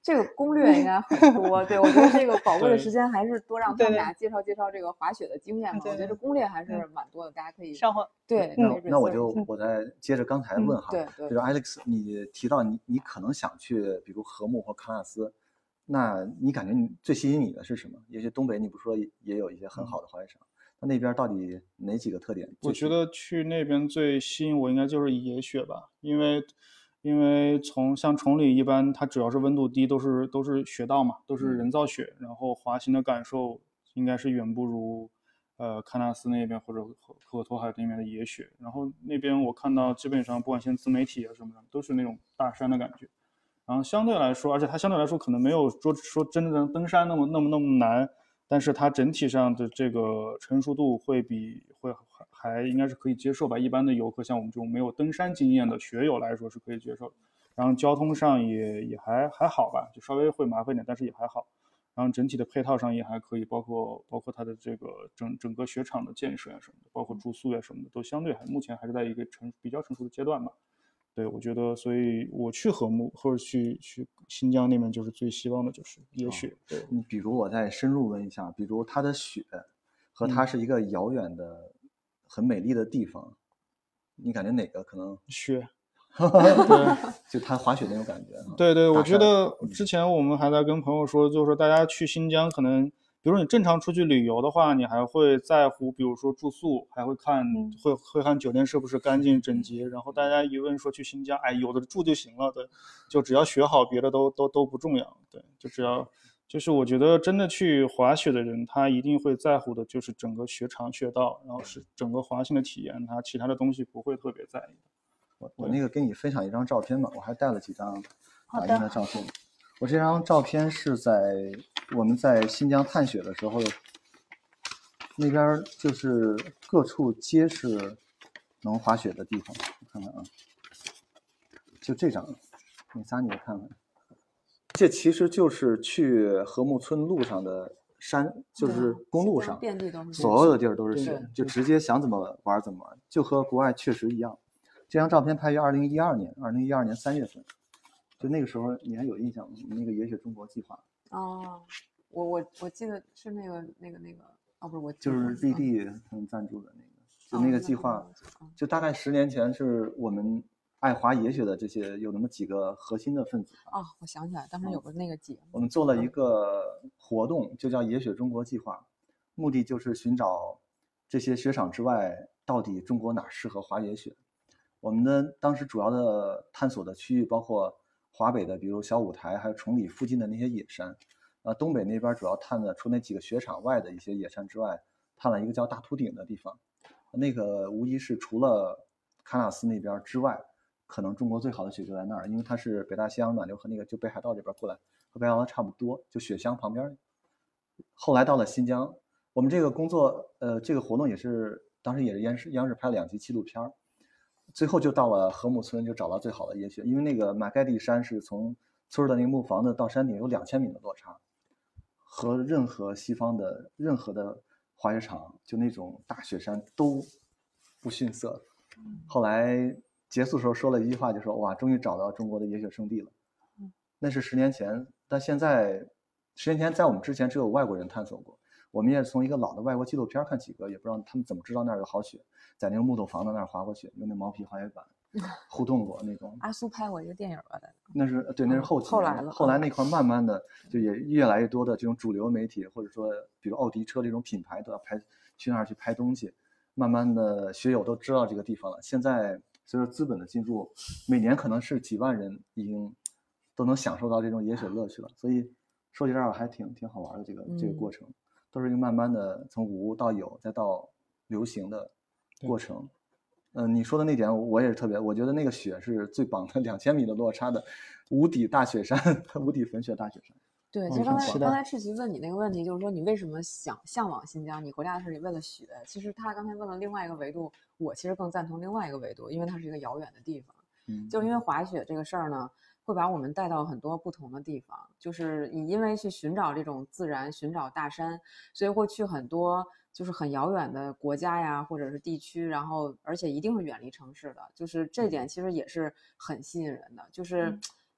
这个攻略应该很多。对，我觉得这个宝贵的时间还是多让他们俩介绍介绍这个滑雪的经验嘛。我觉得这攻略还是蛮多的，大家可以上会对。 那那我就我再接着刚才问哈， 对对， 就是 Alex， 你提到你你可能想去，比如禾木或喀纳斯，那你感觉你最吸引你的是什么？也许东北你不说也有一些很好的滑雪场，那那边到底哪几个特点？ 我觉得去那边最吸引我应该就是野雪吧，因为。因为从像崇礼一般，它主要是温度低，都是都是雪道嘛，都是人造雪，然后滑行的感受应该是远不如呃喀纳斯那边或者鄂托海那边的野雪。然后那边我看到基本上不管现在自媒体啊什么的，都是那种大山的感觉。然后相对来说，而且它相对来说可能没有说说真正登山那么那么那么难，但是它整体上的这个成熟度会比会还应该是可以接受吧。一般的游客像我们这种没有登山经验的学友来说是可以接受的。然后交通上也也还还好吧，就稍微会麻烦一点，但是也还好。然后整体的配套上也还可以，包括包括它的这个整整个雪场的建设啊什么的，包括住宿呀什么的，都相对还目前还是在一个成比较成熟的阶段吧。对，我觉得，所以我去禾木或者去去新疆那边，就是最希望的就是野雪。 哦、 对， 你比如我再深入问一下，比如它的雪和它是一个遥远的、嗯、很美丽的地方，你感觉哪个可能雪？ 对，就它滑雪那种感觉。 对对，我觉得之前我们还在跟朋友说，就是说大家去新疆可能。比如说你正常出去旅游的话，你还会在乎，比如说住宿，还会看， 嗯、 会会看酒店是不是干净整洁。然后大家一问说去新疆，哎，有的住就行了，对，就只要学好，别的都都都不重要，对，就只要，就是我觉得真的去滑雪的人，他一定会在乎的就是整个雪场雪道，然后是整个滑行的体验，他其他的东西不会特别在意。 我我那个给你分享一张照片吧，我还带了几张打印的照片。我这张照片是在我们在新疆探雪的时候，那边就是各处皆是能滑雪的地方。我看看啊，就这张，你仨你也看看，这其实就是去禾木村路上的山，就是公路上， 遍地都是， 所有的地儿都是雪，就直接想怎么玩怎么玩，就和国外确实一样。这张照片拍于二零一二年，二零一二年三月份。就那个时候你还有印象吗？那个野雪中国计划哦，我我我记得是那个那个那个哦，不是我就是绿地他们赞助的那个，就那个计划，就大概十年前是我们爱滑野雪的这些有那么几个核心的分子啊、哦，我想起来，当时有个那个节目、嗯， 我们做了一个活动，就叫野雪中国计划，目的就是寻找这些雪场之外，到底中国哪适合滑野雪。我们的当时主要的探索的区域包括华北的，比如小五台，还有崇礼附近的那些野山。呃，东北那边主要探的，除那几个雪场外的一些野山之外，探了一个叫大秃顶的地方。那个无疑是除了喀纳斯那边之外，可能中国最好的雪就在那儿，因为它是北大西洋暖流和那个就北海道这边过来，和北海道差不多，就雪乡旁边。后来到了新疆，我们这个工作，呃，这个活动也是当时也是央视央视拍了两集纪录片。最后就到了禾木村，就找到最好的野雪，因为那个马盖地山是从村的那个木房子到山顶有两千米的落差，和任何西方的任何的滑雪场就那种大雪山都不逊色。后来结束的时候说了一句话，就说哇，终于找到中国的野雪圣地了。那是十年前，但现在十年前在我们之前只有外国人探索过。我们也从一个老的外国纪录片看几个，也不知道他们怎么知道那儿有好雪，在那个木头房子那儿滑过雪，用那毛皮滑雪板互动过那种。 阿苏拍过一个电影吧， 那是对，那是后期、 嗯、后来了。 后来那块慢慢的就也越来越多的这种主流媒体，或者说比如奥迪车这种品牌都要拍去那儿去拍东西，慢慢的学友都知道这个地方了。现在随着资本的进入，每年可能是几万人已经都能享受到这种野雪乐趣了。所以说起这儿还挺挺好玩的这个、嗯、这个过程。都是一个慢慢的从无到有再到流行的过程。嗯、呃，你说的那点我也是特别，我觉得那个雪是最棒的，两千米的落差的无底大雪山，无底粉雪大雪山。 对，其实刚才刚才赤奇问你那个问题，就是说你为什么想向往新疆？你国家是为了雪。其实他刚才问了另外一个维度，我其实更赞同另外一个维度，因为它是一个遥远的地方。嗯，就因为滑雪这个事儿呢，会把我们带到很多不同的地方，就是你因为去寻找这种自然，寻找大山，所以会去很多就是很遥远的国家呀，或者是地区，然后而且一定是远离城市的，就是这点其实也是很吸引人的，就是。嗯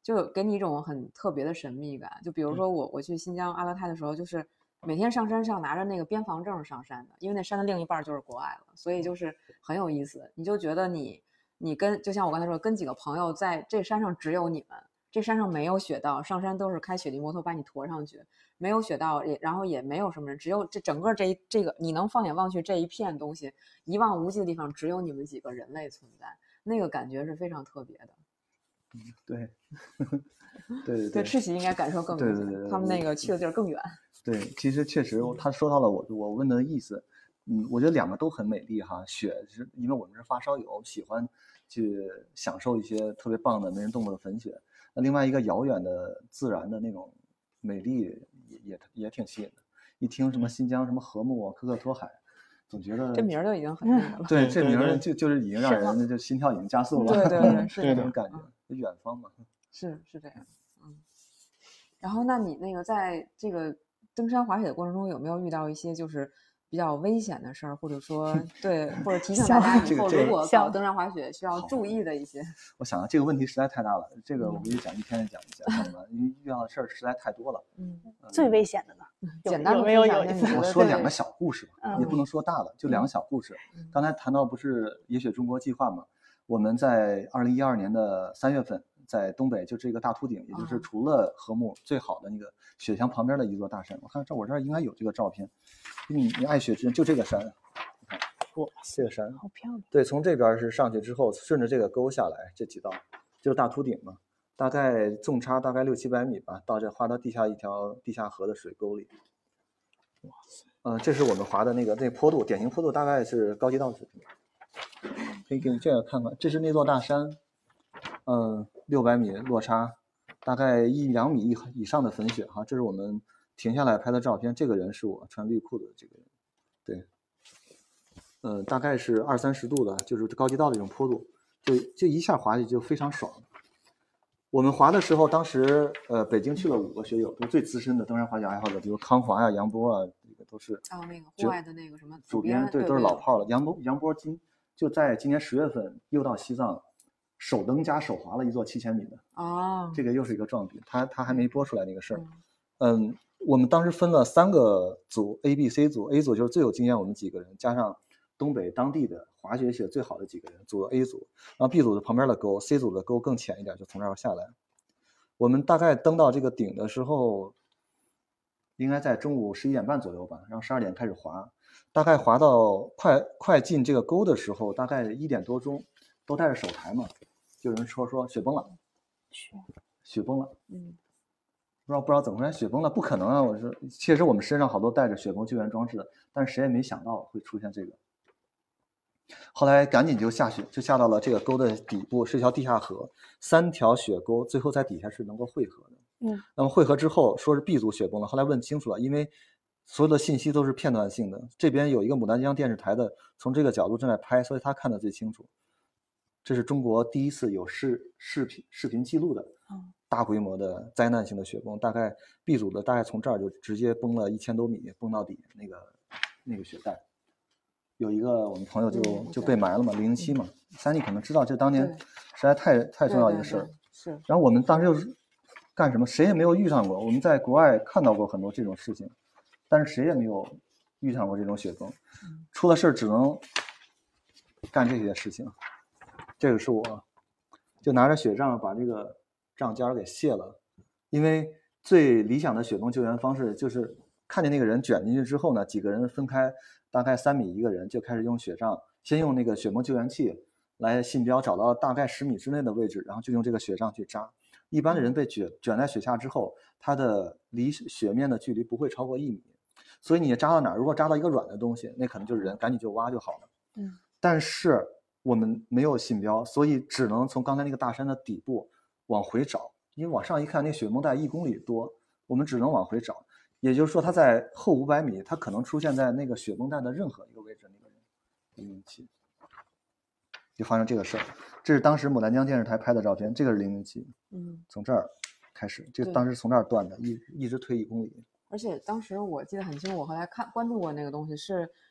就给你一种很特别的神秘感。就比如说我我去新疆阿勒泰的时候，就是每天上山上拿着那个边防证上山的，因为那山的另一半就是国外了，所以就是很有意思。你就觉得你你跟就像我刚才说，跟几个朋友在这山上只有你们，这山上没有雪道，上山都是开雪地摩托把你驮上去，没有雪道，也然后也没有什么人，只有这整个这一这个你能放眼望去这一片东西一望无际的地方，只有你们几个人类存在，那个感觉是非常特别的。 嗯，对，对对对，赤喜应该感受更明显， 对对对对， 他们那个去的地儿更远。 对，其实确实他说到了我我问的意思。嗯，我觉得两个都很美丽哈。雪是因为我们是发烧友，喜欢去享受一些特别棒的没人动过的粉雪。那另外一个遥远的自然的那种美丽也也也挺吸引的。一听什么新疆什么禾木可可托海，总觉得这名儿就已经很那个了。 对，这名儿就就是已经让人就心跳已经加速了。 对对对，是这种感觉，远方嘛。 是是这样，嗯。然后，那你那个在这个登山滑雪的过程中，有没有遇到一些就是比较危险的事儿，或者说对，或者提醒大家以后如果搞登山滑雪需要注意的一些？ 我想这个问题实在太大了，这个我给你讲一天讲一下，好吗？因为遇到的事儿实在太多了。 嗯， 最危险的呢？ 简单有没有有一次？ 我说两个小故事吧，也不能说大的，就两个小故事。刚才谈到不是野雪中国计划吗？我们在二零一二年的三月份。在东北，就这个大秃顶，也就是除了禾木最好的那个雪乡旁边的一座大山。我看这我这儿应该有这个照片，你你爱雪之人就这个山，你看，哇，这个山好漂亮。 对，从这边是上去之后，顺着这个沟下来，这几道就是大秃顶嘛，大概纵差大概六七百米吧，到这滑到地下一条地下河的水沟里。哇塞，呃，这是我们滑的那个那坡度，典型坡度大概是高级道水平。可以给你这个看看，这是那座大山。嗯，六百米落差，大概一两米以以上的粉雪哈，这是我们停下来拍的照片。这个人是我穿绿裤的这个人，对，呃，大概是二三十度的，就是高级道的这种坡度，就就一下滑下去就非常爽。我们滑的时候，当时呃，北京去了五个学友，都最资深的登山滑雪爱好者，比如康华呀、杨波啊，这个都是还有那个户外的那个什么主编，对，都是老炮了。杨波杨波今就在今年十月份又到西藏。首登加首滑了一座七千米的哦， 这个又是一个壮举，他他还没播出来那个事儿。嗯，我们当时分了三个组 ，A、B、C 组 ，A 组就是最有经验我们几个人，加上东北当地的滑雪写最好的几个人，组 A 组，然后 B 组的旁边的沟 ，C 组的沟更浅一点，就从这儿下来。我们大概登到这个顶的时候，应该在中午十一点半左右吧，然后十二点开始滑，大概滑到快快进这个沟的时候，大概一点多钟，都带着手台嘛。就有人说说雪崩了，雪雪崩了，嗯，不知道不知道怎么回事，雪崩了不可能啊！我说，其实我们身上好多带着雪崩救援装置的，但是谁也没想到会出现这个。后来赶紧就下雪，就下到了这个沟的底部，是一条地下河，三条雪沟，最后在底下是能够汇合的。嗯，那么汇合之后，说是 B 组雪崩了，后来问清楚了，因为所有的信息都是片段性的，这边有一个牡丹江电视台的从这个角度正在拍，所以他看得最清楚。这是中国第一次有视视频视频记录的大规模的灾难性的雪崩，大概 B 组的大概从这儿就直接崩了一千多米，崩到底那个那个雪带。有一个我们朋友就就被埋了嘛，零零七嘛，三弟可能知道，这当年实在太太重要一个事儿。 是。 然后我们当时就是干什么，谁也没有遇上过。我们在国外看到过很多这种事情，但是谁也没有遇上过这种雪崩。出了事儿只能干这些事情。这个是我就拿着雪杖把这个杖尖给卸了，因为最理想的雪崩救援方式就是看见那个人卷进去之后呢，几个人分开大概三米一个人，就开始用雪杖，先用那个雪崩救援器来信标找到大概十米之内的位置，然后就用这个雪杖去扎。一般的人被卷卷在雪下之后，他的离雪面的距离不会超过一米，所以你扎到哪儿，如果扎到一个软的东西，那可能就是人，赶紧就挖就好了。嗯，但是我们没有信标，所以只能从刚才那个大山的底部往回找，因为往上一看，那雪崩带一公里多，我们只能往回找。也就是说，它在后五百米，它可能出现在那个雪崩带的任何一个位置。那个人零零七就发生这个事儿，这是当时牡丹江电视台拍的照片，这个是零零七，嗯，从这儿开始，这当时从这儿断的，一一直推一公里。 而且当时我记得很清楚，我后来看关注过那个东西是。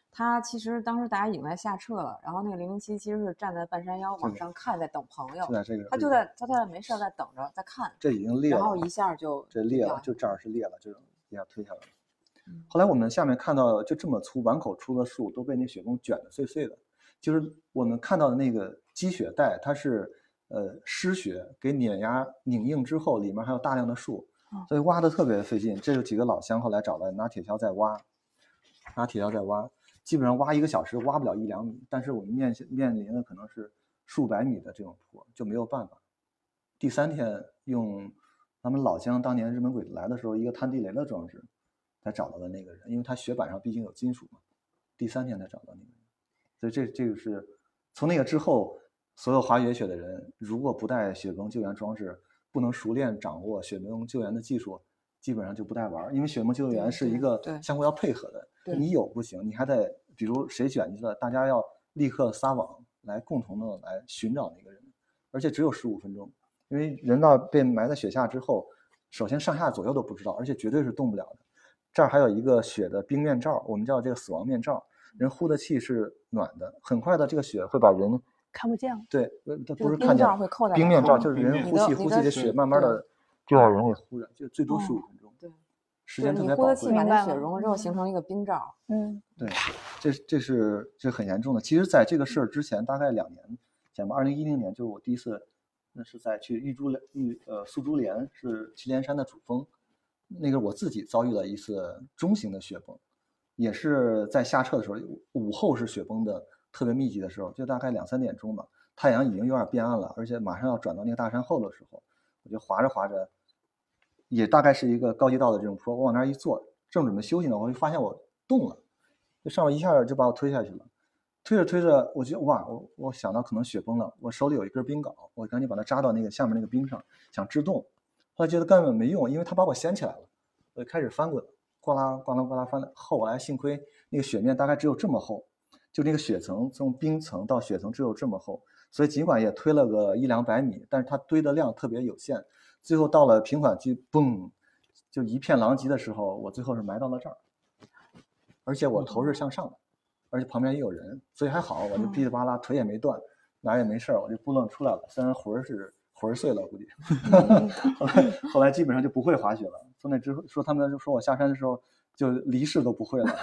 他其实当时大家已经在下撤了，然后那个零零七其实是站在半山腰往上看，在等朋友。 就在这个， 他就在他在没事在等着，在看。 这已经裂了， 然后一下就这裂了，就这儿是裂了，就一下推下来了。嗯、后来我们下面看到，就这么粗碗口粗的树都被那雪崩卷得碎碎的，就是我们看到的那个积雪带，它是呃湿雪给碾压拧硬之后，里面还有大量的树，所以挖的特别费劲。这有几个老乡后来找来拿铁锹在挖，拿铁锹在挖。基本上挖一个小时挖不了一两米，但是我们面面临的可能是数百米的这种坡，就没有办法。第三天用咱们老乡当年日本鬼子来的时候一个探地雷的装置才找到的那个人，因为他雪板上毕竟有金属嘛。第三天才找到那个人，所以这这个是从那个之后，所有滑雪雪的人如果不带雪崩救援装置，不能熟练掌握雪崩救援的技术，基本上就不带玩，因为雪崩救援是一个相互要配合的。你有不行，你还得比如谁卷进去了，大家要立刻撒网来共同的来寻找那个人，而且只有十五分钟，因为人到被埋在雪下之后，首先上下左右都不知道，而且绝对是动不了的。这儿还有一个雪的冰面罩，我们叫这个死亡面罩，人呼的气是暖的，很快的这个雪会把人看不见。 对，它不是看见会扣在冰面罩，就是人呼气呼气的雪慢慢的就把人给呼着，就最多十五分钟。 对。 时间特别宝贵， 你呼的气把那雪融了之后形成一个冰罩。 嗯， 对，这这是这很严重的。其实，在这个事儿之前，大概两年前吧，二零一零年就是我第一次，那是在去玉珠玉呃宿珠连是祁连山的主峰，那个我自己遭遇了一次中型的雪崩，也是在下撤的时候，午后是雪崩的特别密集的时候，就大概两三点钟吧，太阳已经有点变暗了，而且马上要转到那个大山后的时候，我就滑着滑着。也大概是一个高级道的这种坡，我往那儿一坐，正准备休息呢，我就发现我动了，就上面一下就把我推下去了，推着推着，我就哇，我我想到可能雪崩了，我手里有一根冰镐，我赶紧把它扎到那个下面那个冰上，想制动，后来觉得根本没用，因为它把我掀起来了，我就开始翻滚，呱啦呱啦呱啦翻，后来幸亏那个雪面大概只有这么厚，就那个雪层从冰层到雪层只有这么厚，所以尽管也推了个一两百米，但是它堆的量特别有限。最后到了平缓区，嘣，就一片狼藉的时候，我最后是埋到了这儿，而且我头是向上的，而且旁边也有人，所以还好，我就噼里啪啦，腿也没断，哪儿也没事儿，我就扑棱出来了。虽然魂儿是魂儿碎了，估计。后来后来基本上就不会滑雪了。从那之后，说他们说我下山的时候就离世都不会了，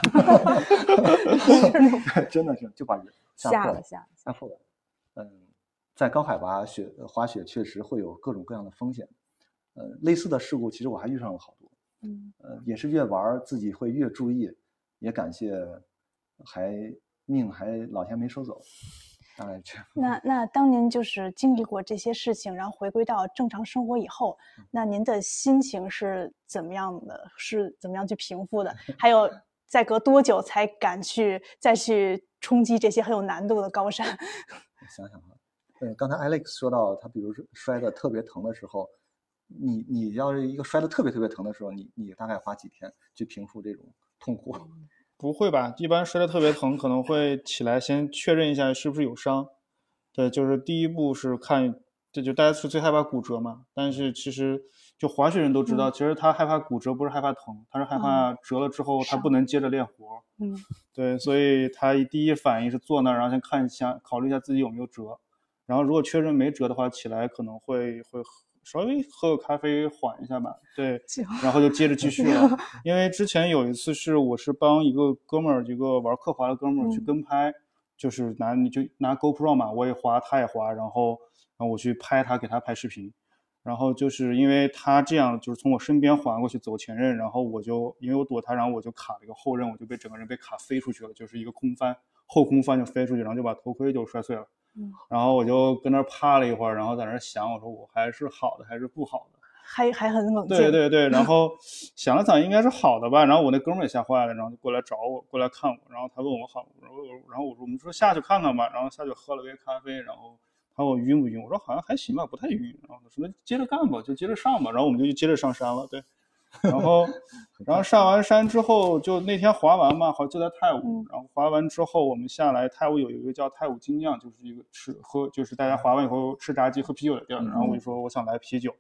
真的是就把人吓破了， 吓吓破了。嗯，在高海拔雪滑雪确实会有各种各样的风险。呃，类似的事故其实我还遇上了好多，嗯，呃，也是越玩自己会越注意，也感谢还命还老天没收走，大概这样。 那那当您就是经历过这些事情，然后回归到正常生活以后，那您的心情是怎么样的？是怎么样去平复的？还有再隔多久才敢去再去冲击这些很有难度的高山？ 我想想啊，呃，刚才 Alex 说到他，比如说摔得特别疼的时候。你你要是一个摔得特别特别疼的时候，你你大概花几天去平复这种痛苦？ 不会吧？一般摔得特别疼，可能会起来先确认一下是不是有伤。对，就是第一步是看，这就大家是最害怕骨折嘛。但是其实就滑雪人都知道，嗯、其实他害怕骨折不是害怕疼，他是害怕折了之后他不能接着练活。嗯，对，所以他第一反应是坐那儿，然后先看一下，考虑一下自己有没有折。然后如果确认没折的话，起来可能会会。稍微喝个咖啡缓一下吧，对，然后就接着继续了。因为之前有一次是我是帮一个哥们儿，一个玩刻滑的哥们儿去跟拍，嗯、就是拿你就拿 GoPro 嘛，我也滑，他也滑，然后然后我去拍他，给他拍视频。然后就是因为他这样，就是从我身边滑过去走前刃，然后我就因为我躲他，然后我就卡了一个后刃，我就被整个人被卡飞出去了，就是一个空翻，后空翻就飞出去，然后就把头盔就摔碎了。嗯、然后我就跟那儿趴了一会儿，然后在那儿想，我说我还是好的还是不好的， 还还很冷静。 对对对，然后想了想应该是好的吧，然后我那哥们儿也吓坏了，然后就过来找我，过来看我，然后他问我好，然后然后我说我们说下去看看吧，然后下去喝了杯咖啡，然后他问我晕不晕，我说好像还行吧，不太晕，然后他说那接着干吧，就接着上吧，然后我们就接着上山了，对。然后，然后上完山之后，就那天滑完嘛，好就在泰武。然后滑完之后，我们下来泰武有一个叫泰武精酿，就是一个吃喝，就是大家滑完以后吃炸鸡喝啤酒的地儿。然后我就说我想来啤酒，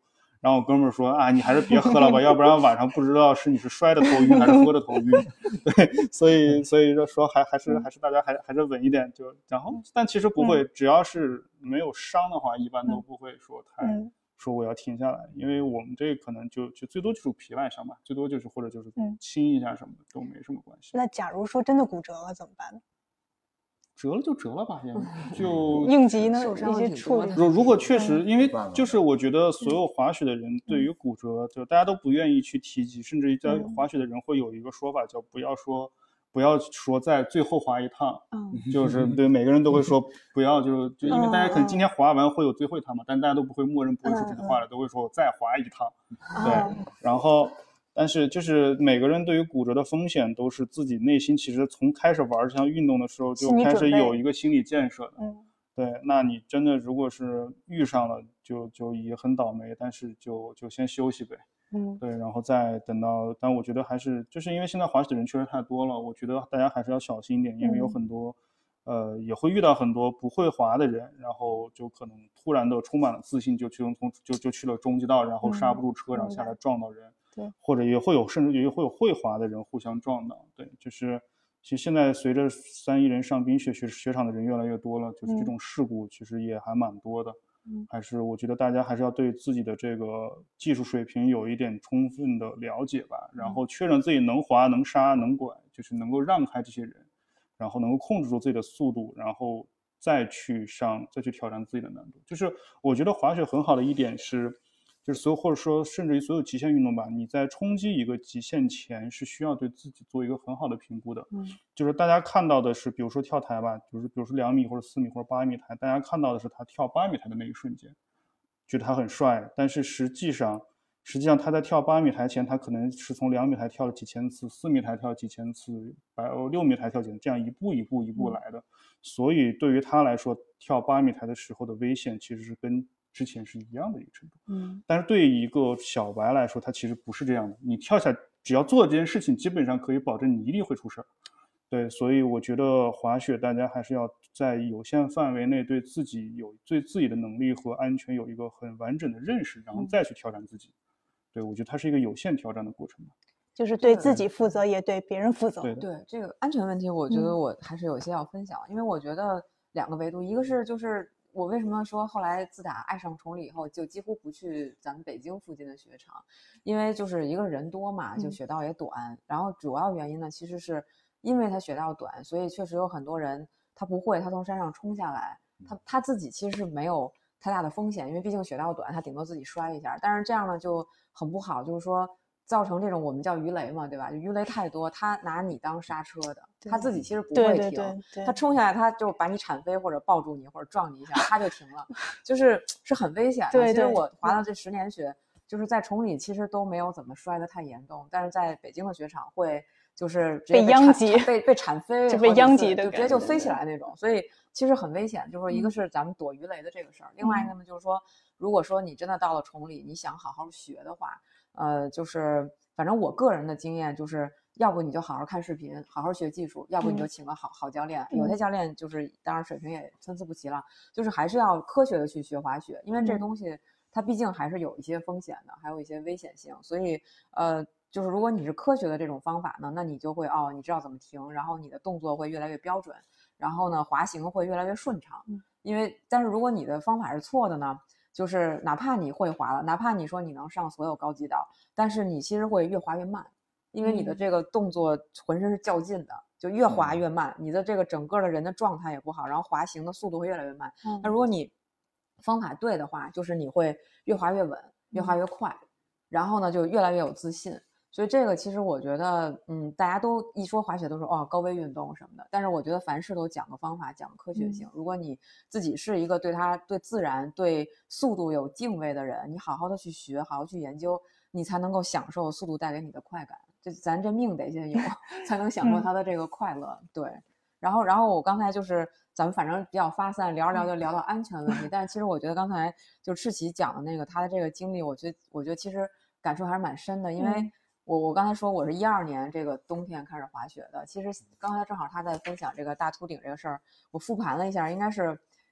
然后我哥们儿说啊，你还是别喝了吧，要不然晚上不知道是你是摔的头晕还是喝的头晕。对，所以所以说还还是还是大家还还是稳一点，就然后但其实不会，只要是没有伤的话，一般都不会说太。嗯说我要停下来，因为我们这可能就就最多就是皮外伤吧，最多就是或者就是轻一下什么的、嗯、都没什么关系。 那假如说真的骨折了怎么办呢？ 折了就折了吧，就应急呢一些处理。 如如果确实，因为就是我觉得所有滑雪的人对于骨折，就大家都不愿意去提及，甚至于在滑雪的人会有一个说法叫不要说。不要说在最后滑一趟，嗯、就是对每个人都会说不要，就就因为大家可能今天滑完会有最后一趟嘛，但大家都不会默认不会说这句话了，都会说我再滑一趟，对，然后但是就是每个人对于骨折的风险都是自己内心其实从开始玩这项运动的时候就开始有一个心理建设的，对，那你真的如果是遇上了就就也很倒霉，但是就就先休息呗。嗯，对，然后再等到，但我觉得还是就是因为现在滑雪的人确实太多了，我觉得大家还是要小心一点，因为有很多，嗯、呃，也会遇到很多不会滑的人，然后就可能突然的充满了自信，就去从就就去了中级道，然后刹不住车，嗯、然后下来撞到人，对，或者也会有甚至也会有会滑的人互相撞到，对，就是其实现在随着三亿人上冰雪雪雪场的人越来越多了，就是这种事故其实也还蛮多的。嗯，还是我觉得大家还是要对自己的这个技术水平有一点充分的了解吧，然后确认自己能滑能刹能拐，就是能够让开这些人，然后能够控制住自己的速度，然后再去上再去挑战自己的难度。就是我觉得滑雪很好的一点是就是所有或者说甚至于所有极限运动吧，你在冲击一个极限前是需要对自己做一个很好的评估的。嗯，就是大家看到的是比如说跳台吧，就是比如说两米或者四米或者八米台，大家看到的是他跳八米台的那一瞬间觉得他很帅，但是实际上实际上他在跳八米台前他可能是从两米台跳了几千次，四米台跳几千次，六米台跳几千次，这样一步一步一步来的。嗯，所以对于他来说跳八米台的时候的危险其实是跟之前是一样的一个程度，嗯，但是对于一个小白来说，他其实不是这样的。你跳下，只要做这件事情，基本上可以保证你一定会出事儿。对，所以我觉得滑雪大家还是要在有限范围内对自己有对自己的能力和安全有一个很完整的认识，然后再去挑战自己。嗯、对，我觉得它是一个有限挑战的过程吧。 就是对自己负责，也对别人负责。 对对，这个安全问题，我觉得我还是有些要分享，嗯、因为我觉得两个维度，一个是就是。我为什么说后来自打爱上崇礼以后，就几乎不去咱们北京附近的雪场，因为就是一个人多嘛，就雪道也短，嗯、然后主要原因呢，其实是因为它雪道短，所以确实有很多人他不会，他从山上冲下来，他他自己其实是没有太大的风险，因为毕竟雪道短，他顶多自己摔一下，但是这样呢就很不好，就是说。造成这种我们叫鱼雷嘛，对吧？就鱼雷太多，他拿你当刹车的，他自己其实不会停， 对对对对他冲下来他就把你铲飞或者抱住你或者撞你一下，他就停了，就是是很危险的。 对对其实我滑了这十年雪，就是在崇礼其实都没有怎么摔得太严重，但是在北京的雪场会就是直接被殃及， 被被铲飞， 就被殃及的， 就直接就飞起来那种，所以其实很危险。就是说，一个是咱们躲鱼雷的这个事儿，嗯、另外一个呢就是说，如果说你真的到了崇礼，你想好好学的话。呃，就是反正我个人的经验就是，要不你就好好看视频，好好学技术，要不你就请个好好教练。 嗯、 有些教练就是当然水平也参差不齐了，就是还是要科学的去学滑雪，因为这东西它毕竟还是有一些风险的，还有一些危险性。所以呃，就是如果你是科学的这种方法呢，那你就会哦，你知道怎么停，然后你的动作会越来越标准，然后呢滑行会越来越顺畅。因为但是如果你的方法是错的呢？就是哪怕你会滑了，哪怕你说你能上所有高级道，但是你其实会越滑越慢，因为你的这个动作浑身是较劲的，就越滑越慢，你的这个整个的人的状态也不好，然后滑行的速度会越来越慢。嗯、那如果你方法对的话，就是你会越滑越稳，越滑越快，嗯、然后呢就越来越有自信。所以这个其实我觉得，嗯，大家都一说滑雪都说哦高危运动什么的，但是我觉得凡事都讲个方法，讲个科学性。嗯、如果你自己是一个对它、对自然、对速度有敬畏的人，你好好的去学，好好去研究，你才能够享受速度带给你的快感。这咱这命得先有，才能享受它的这个快乐。嗯、对，然后然后我刚才就是咱们反正比较发散，聊着聊就聊到安全问题，但是其实我觉得刚才就赤奇讲的那个他的这个经历，我觉得我觉得其实感受还是蛮深的，因为。嗯我我刚才说我是一二年这个冬天开始滑雪的，其实刚才正好他在分享这个大秃顶这个事儿，我复盘了一下，应该是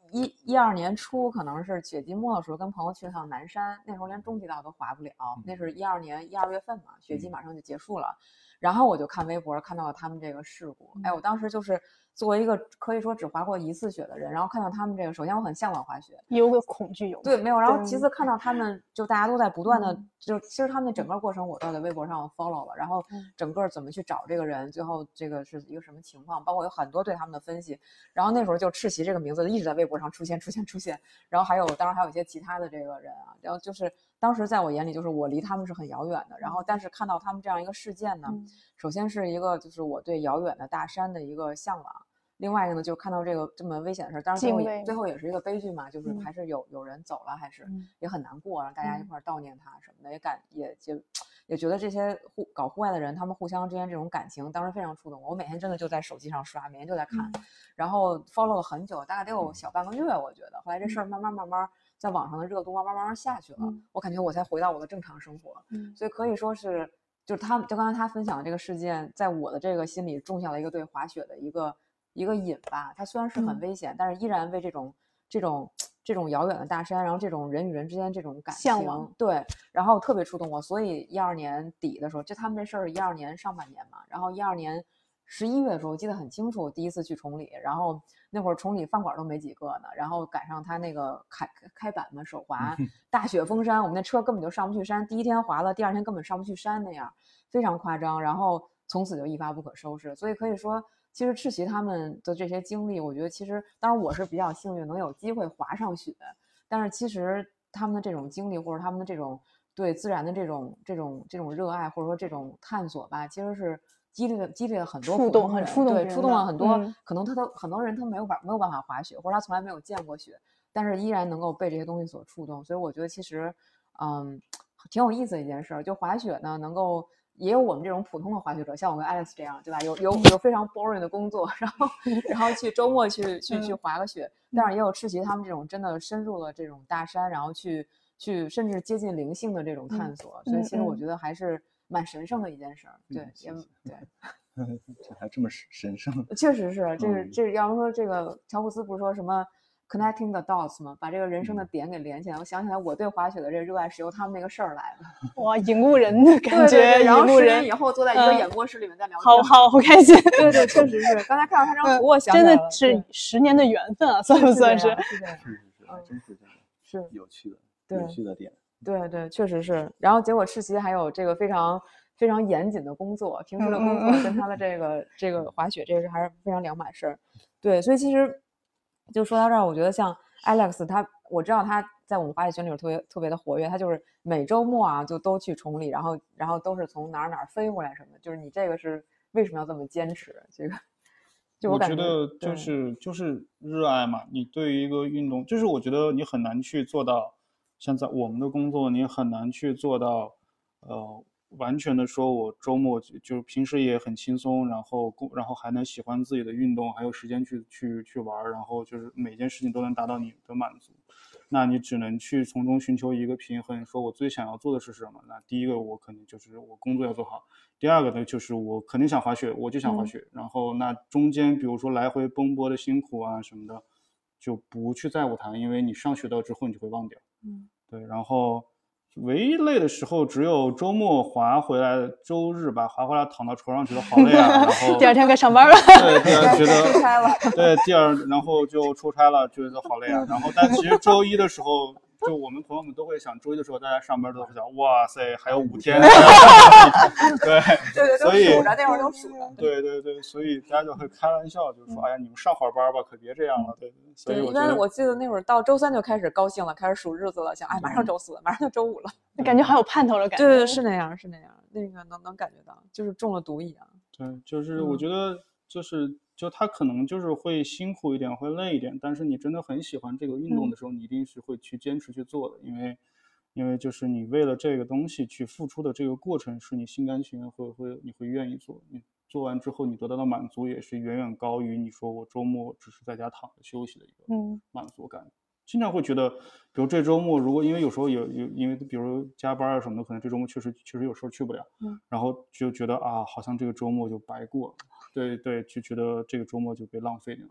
一一二年初可能是雪季末的时候，跟朋友去趟南山，那时候连中级道都滑不了，那是一二年一二月份嘛，雪季马上就结束了。然后我就看微博看到了他们这个事故，哎，我当时就是作为一个可以说只滑过一次雪的人，然后看到他们这个，首先我很向往滑雪， 有个恐惧有对没有，然后其次看到他们就大家都在不断的、嗯、就其实他们那整个过程我都在微博上 follow 了，然后整个怎么去找这个人，最后这个是一个什么情况，包括有很多对他们的分析，然后那时候就赤旗这个名字一直在微博上出现出现出现，然后还有当然还有一些其他的这个人啊，然后就是当时在我眼里就是我离他们是很遥远的，然后但是看到他们这样一个事件呢、嗯、首先是一个就是我对遥远的大山的一个向往，另外一个呢，就是看到这个这么危险的事，当然最后最后也是一个悲剧嘛，就是还是有、嗯、有人走了，还是、嗯、也很难过，让大家一块悼念他什么的，也感也就也觉得这些户搞户外的人，他们互相之间这种感情，当时非常触动我。我每天真的就在手机上刷，每天就在看，嗯、然后 follow 了很久，大概得有小半个月，我觉得。后来这事儿慢慢慢慢在网上的热度慢慢慢慢下去了，嗯、我感觉我才回到我的正常生活，嗯、所以可以说是，就是他就刚才他分享的这个事件，在我的这个心里种下了一个对滑雪的一个。一个瘾吧，它虽然是很危险、嗯、但是依然为这种这种这种遥远的大山，然后这种人与人之间这种感情，对，然后特别触动我，所以一二年底的时候，就他们这事儿一二年上半年嘛，然后一二年十一月的时候，我记得很清楚，我第一次去崇礼，然后那会儿崇礼饭馆都没几个呢，然后赶上他那个开开板嘛，手滑，大雪封山，我们那车根本就上不去山，第一天滑了，第二天根本上不去山那样，非常夸张，然后从此就一发不可收拾，所以可以说。其实赤旗他们的这些经历，我觉得其实当然我是比较幸运能有机会滑上雪，但是其实他们的这种经历或者他们的这种对自然的这种这种这种热爱或者说这种探索吧，其实是激励了激励了很多触动很触动对触动了很多、 嗯、 可能他都很多人他没有办没有办法滑雪或者他从来没有见过雪，但是依然能够被这些东西所触动，所以我觉得其实嗯挺有意思的一件事，就滑雪呢能够。也有我们这种普通的滑雪者，像我跟 Alex 这样，对吧？有有有非常 boring 的工作，然后然后去周末去去去滑个雪，但是也有赤旗他们这种真的深入了这种大山，然后去去甚至接近灵性的这种探索，所以其实我觉得还是蛮神圣的一件事儿。对，也对， 这还这么神圣？ 确实是，这是这要说这个乔布斯不是说什么？ Connecting the dots 嘛，把这个人生的点给连起来。我想起来，我对滑雪的这个热爱是由他们那个事儿来的。 哇，引路人的感觉， 对对对，然后十引路人年以后坐在一个演播室里面在聊天， 好好好开心。 对对，确实是。刚才看到他张图，我想起真来了， 的是十年的缘分啊，算不算是？ 是这样， 是是是，还真是这样， 是有趣的，有趣的点。 对对，确实是。然后结果赤旗还有这个非常非常严谨的工作，平时的工作跟他的这个这个滑雪这个还是非常两码事儿。对，所以其实就说到这儿，我觉得像。Alex 他我知道他在我们滑雪圈里特别特别的活跃，他就是每周末啊就都去崇礼，然后然后都是从哪儿哪儿飞回来什么的。就是你这个是为什么要这么坚持？这个就我感觉得就是就是热爱嘛。你对于一个运动，就是我觉得你很难去做到，像在我们的工作，你很难去做到，呃，完全的说我周末就是平时也很轻松，然后然后还能喜欢自己的运动，还有时间去去去玩，然后就是每件事情都能达到你的满足。那你只能去从中寻求一个平衡，说我最想要做的是什么。那第一个我肯定就是我工作要做好，第二个呢就是我肯定想滑雪，我就想滑雪、嗯、然后那中间比如说来回奔波的辛苦啊什么的就不去在乎它，因为你上雪道之后你就会忘掉。嗯，对，然后唯一累的时候只有周末滑回来，周日吧，滑回来躺到床上觉得好累啊，然后第二天该上班了。 对，第二觉得出差了。对，第二然后就出差了，觉得好累啊。然后但其实周一的时候，就我们朋友们都会想，周一的时候大家上班都会想，哇塞，还有五天。对对对， 所以数着那会儿都数着。 对对对，所以大家就会开玩笑，就是说，哎呀，你们上会儿班吧，可别这样了。对对，所以我一般我记得那会儿到周三就开始高兴了，开始数日子了，想，哎，马上周四了，马上就周五了， 感觉好有盼头的感觉。 对对，是那样，是那样，那个能能感觉到，就是中了毒一样。 对，就是我觉得就是就他可能就是会辛苦一点，会累一点，但是你真的很喜欢这个运动的时候，你一定是会去坚持去做的，因为因为就是你为了这个东西去付出的这个过程是你心甘情愿会会你会愿意做，你做完之后你得到的满足也是远远高于你说我周末只是在家躺着休息的一个满足感。嗯，经常会觉得，比如这周末如果因为有时候有有因为比如加班啊什么的，可能这周末确实确实有时候去不了，嗯，然后就觉得啊，好像这个周末就白过了，对对，就觉得这个周末就被浪费掉了。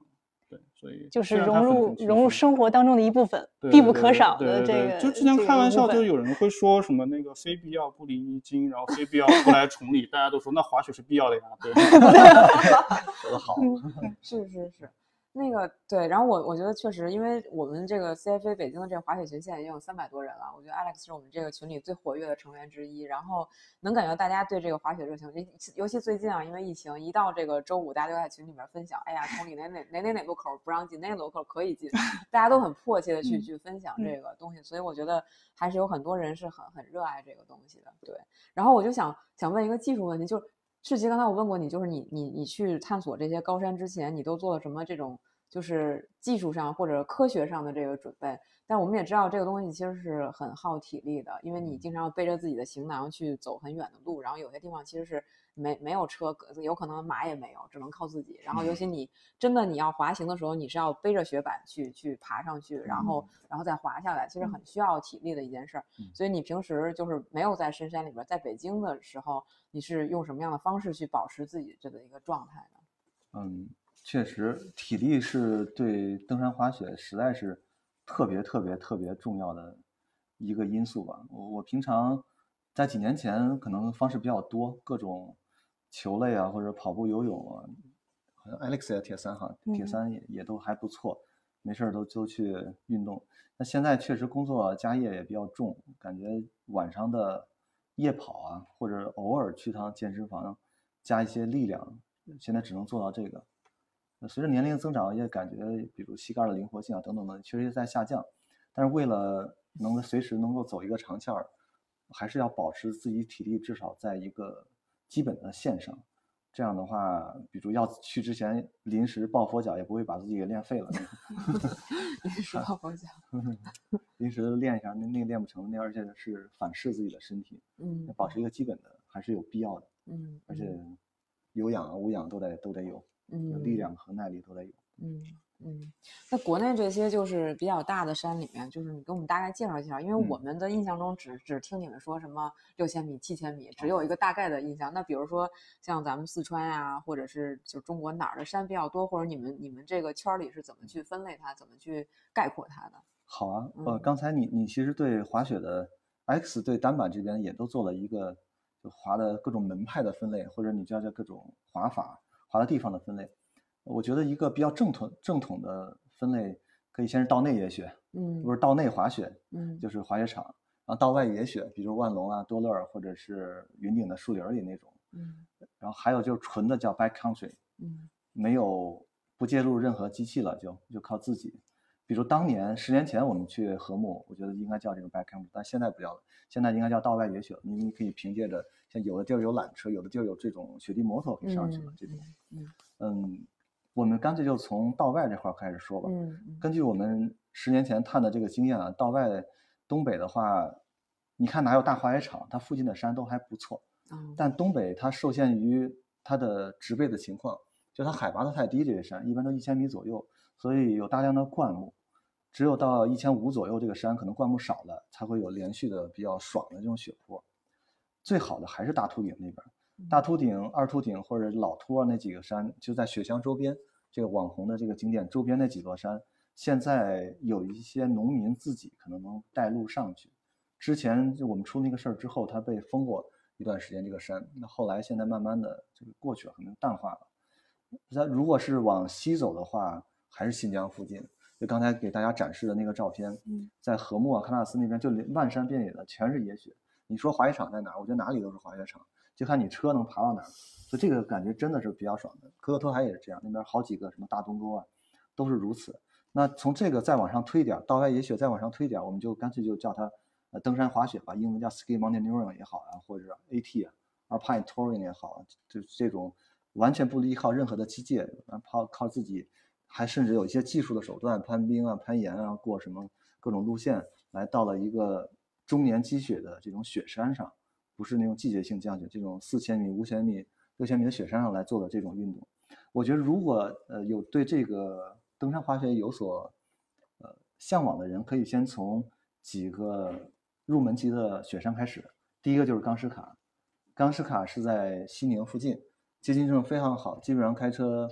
对，所以就是融入融入生活当中的一部分， 对必不可少的这个。 对对对对就之前开玩笑，就有人会说什么那个非必要不离一经，然后非必要不来崇礼，大家都说那滑雪是必要的呀。对， 说得好， 是是是。那个对，然后我我觉得确实，因为我们这个 C F A 北京的这个滑雪群现在已经有三百多人了，我觉得 Alex 是我们这个群里最活跃的成员之一，然后能感觉大家对这个滑雪热情，尤其最近啊，因为疫情，一到这个周五，大家就在群里面分享，哎呀，崇礼哪哪哪哪哪路口不让进，哪哪路口可以进，大家都很迫切的去去分享这个东西，所以我觉得还是有很多人是很很热爱这个东西的，对。然后我就想想问一个技术问题，就是世奇刚才我问过你，就是你你你去探索这些高山之前，你都做了什么这种就是技术上或者科学上的这个准备？但我们也知道这个东西其实是很耗体力的，因为你经常要背着自己的行囊去走很远的路，然后有些地方其实是没没有车，有可能马也没有，只能靠自己。然后尤其你真的你要滑行的时候，你是要背着雪板去去爬上去，然后然后再滑下来，其实很需要体力的一件事儿。所以你平时就是没有在深山里边，在北京的时候，你是用什么样的方式去保持自己这个一个状态呢？ 嗯，确实，体力是对登山滑雪实在是特别特别特别重要的一个因素吧。我我平常在几年前可能方式比较多，各种球类啊，或者跑步、游泳啊，好像 Alex 也铁三哈，铁三也、嗯、也都还不错，没事都都去运动。那现在确实工作家业也比较重，感觉晚上的夜跑啊，或者偶尔去趟健身房加一些力量，现在只能做到这个。随着年龄增长，也感觉比如膝盖的灵活性啊等等的确实在下降，但是为了能随时能够走一个长线儿，还是要保持自己体力至少在一个基本的线上。这样的话，比如要去之前临时抱佛脚，也不会把自己给练废了。 临时抱佛脚， 临时练一下，那那个练不成，那而且是反噬自己的身体。 嗯， 保持一个基本的还是有必要的。 嗯， 而且有氧啊无氧都得都得有。 嗯， 力量和耐力都得有。 嗯嗯，在国内这些就是比较大的山里面，就是你给我们大概介绍介绍，因为我们的印象中只、嗯、只听你们说什么六千米、七千米，只有一个大概的印象。那比如说像咱们四川啊，或者是就中国哪儿的山比较多，或者你们你们这个圈里是怎么去分类它，怎么去概括它的？ 好啊，呃，刚才你你其实对滑雪的 X 对单板这边也都做了一个就滑的各种门派的分类，或者你叫叫各种滑法。滑的地方的分类，我觉得一个比较正统正统的分类，可以先是道内野雪， 嗯， 不是道内滑雪， 嗯， 就是滑雪场，然后道外野雪，比如万隆啊、多乐尔或者是云顶的树林里那种， 嗯， 然后还有就是纯的叫 back country， 嗯， 没有不介入任何机器了，就就靠自己。比如当年十年前我们去禾木，我觉得应该叫这个 back country， 但现在不叫了，现在应该叫道外野雪，因为你可以凭借着像有的地儿有缆车，有的地儿有这种雪地摩托可以上去了，这种， 嗯嗯，我们干脆就从道外这块开始说吧。 嗯， 根据我们十年前探的这个经验啊，道外东北的话，你看哪有大滑雪场，它附近的山都还不错， 嗯， 但东北它受限于它的植被的情况，就它海拔都太低，这些山一般都一千米左右，所以有大量的灌木。只有到一千五左右，这个山可能灌木少了，才会有连续的比较爽的这种雪坡。最好的还是大秃顶那边，大秃顶、二秃顶或者老秃那几个山，就在雪乡周边这个网红的这个景点周边那几座山，现在有一些农民自己可能能带路上去。之前就我们出那个事儿之后，它被封过一段时间这个山，那后来现在慢慢的这个过去了，可能淡化了。那如果是往西走的话，还是新疆附近。就刚才给大家展示的那个照片，在禾木啊、喀纳斯那边，就漫山遍野的全是野雪。你说滑雪场在哪儿？我觉得哪里都是滑雪场，就看你车能爬到哪儿。所以这个感觉真的是比较爽的。可可托海也是这样，那边好几个什么大东沟啊，都是如此。那从这个再往上推点，道外野雪再往上推点，我们就干脆就叫它呃登山滑雪吧，英文叫 ski mountaineering 也好啊，或者 A T 啊 Alpine touring 也好，就这种完全不依靠任何的机械，靠靠自己。还甚至有一些技术的手段，攀冰啊、攀岩啊，过什么各种路线，来到了一个终年积雪的这种雪山上，不是那种季节性降雪，这种四千米、五千米、六千米的雪山上来做的这种运动。我觉得如果呃有对这个登山滑雪有所呃向往的人，可以先从几个入门级的雪山开始。第一个就是冈什卡，冈什卡是在西宁附近，接近性非常好，基本上开车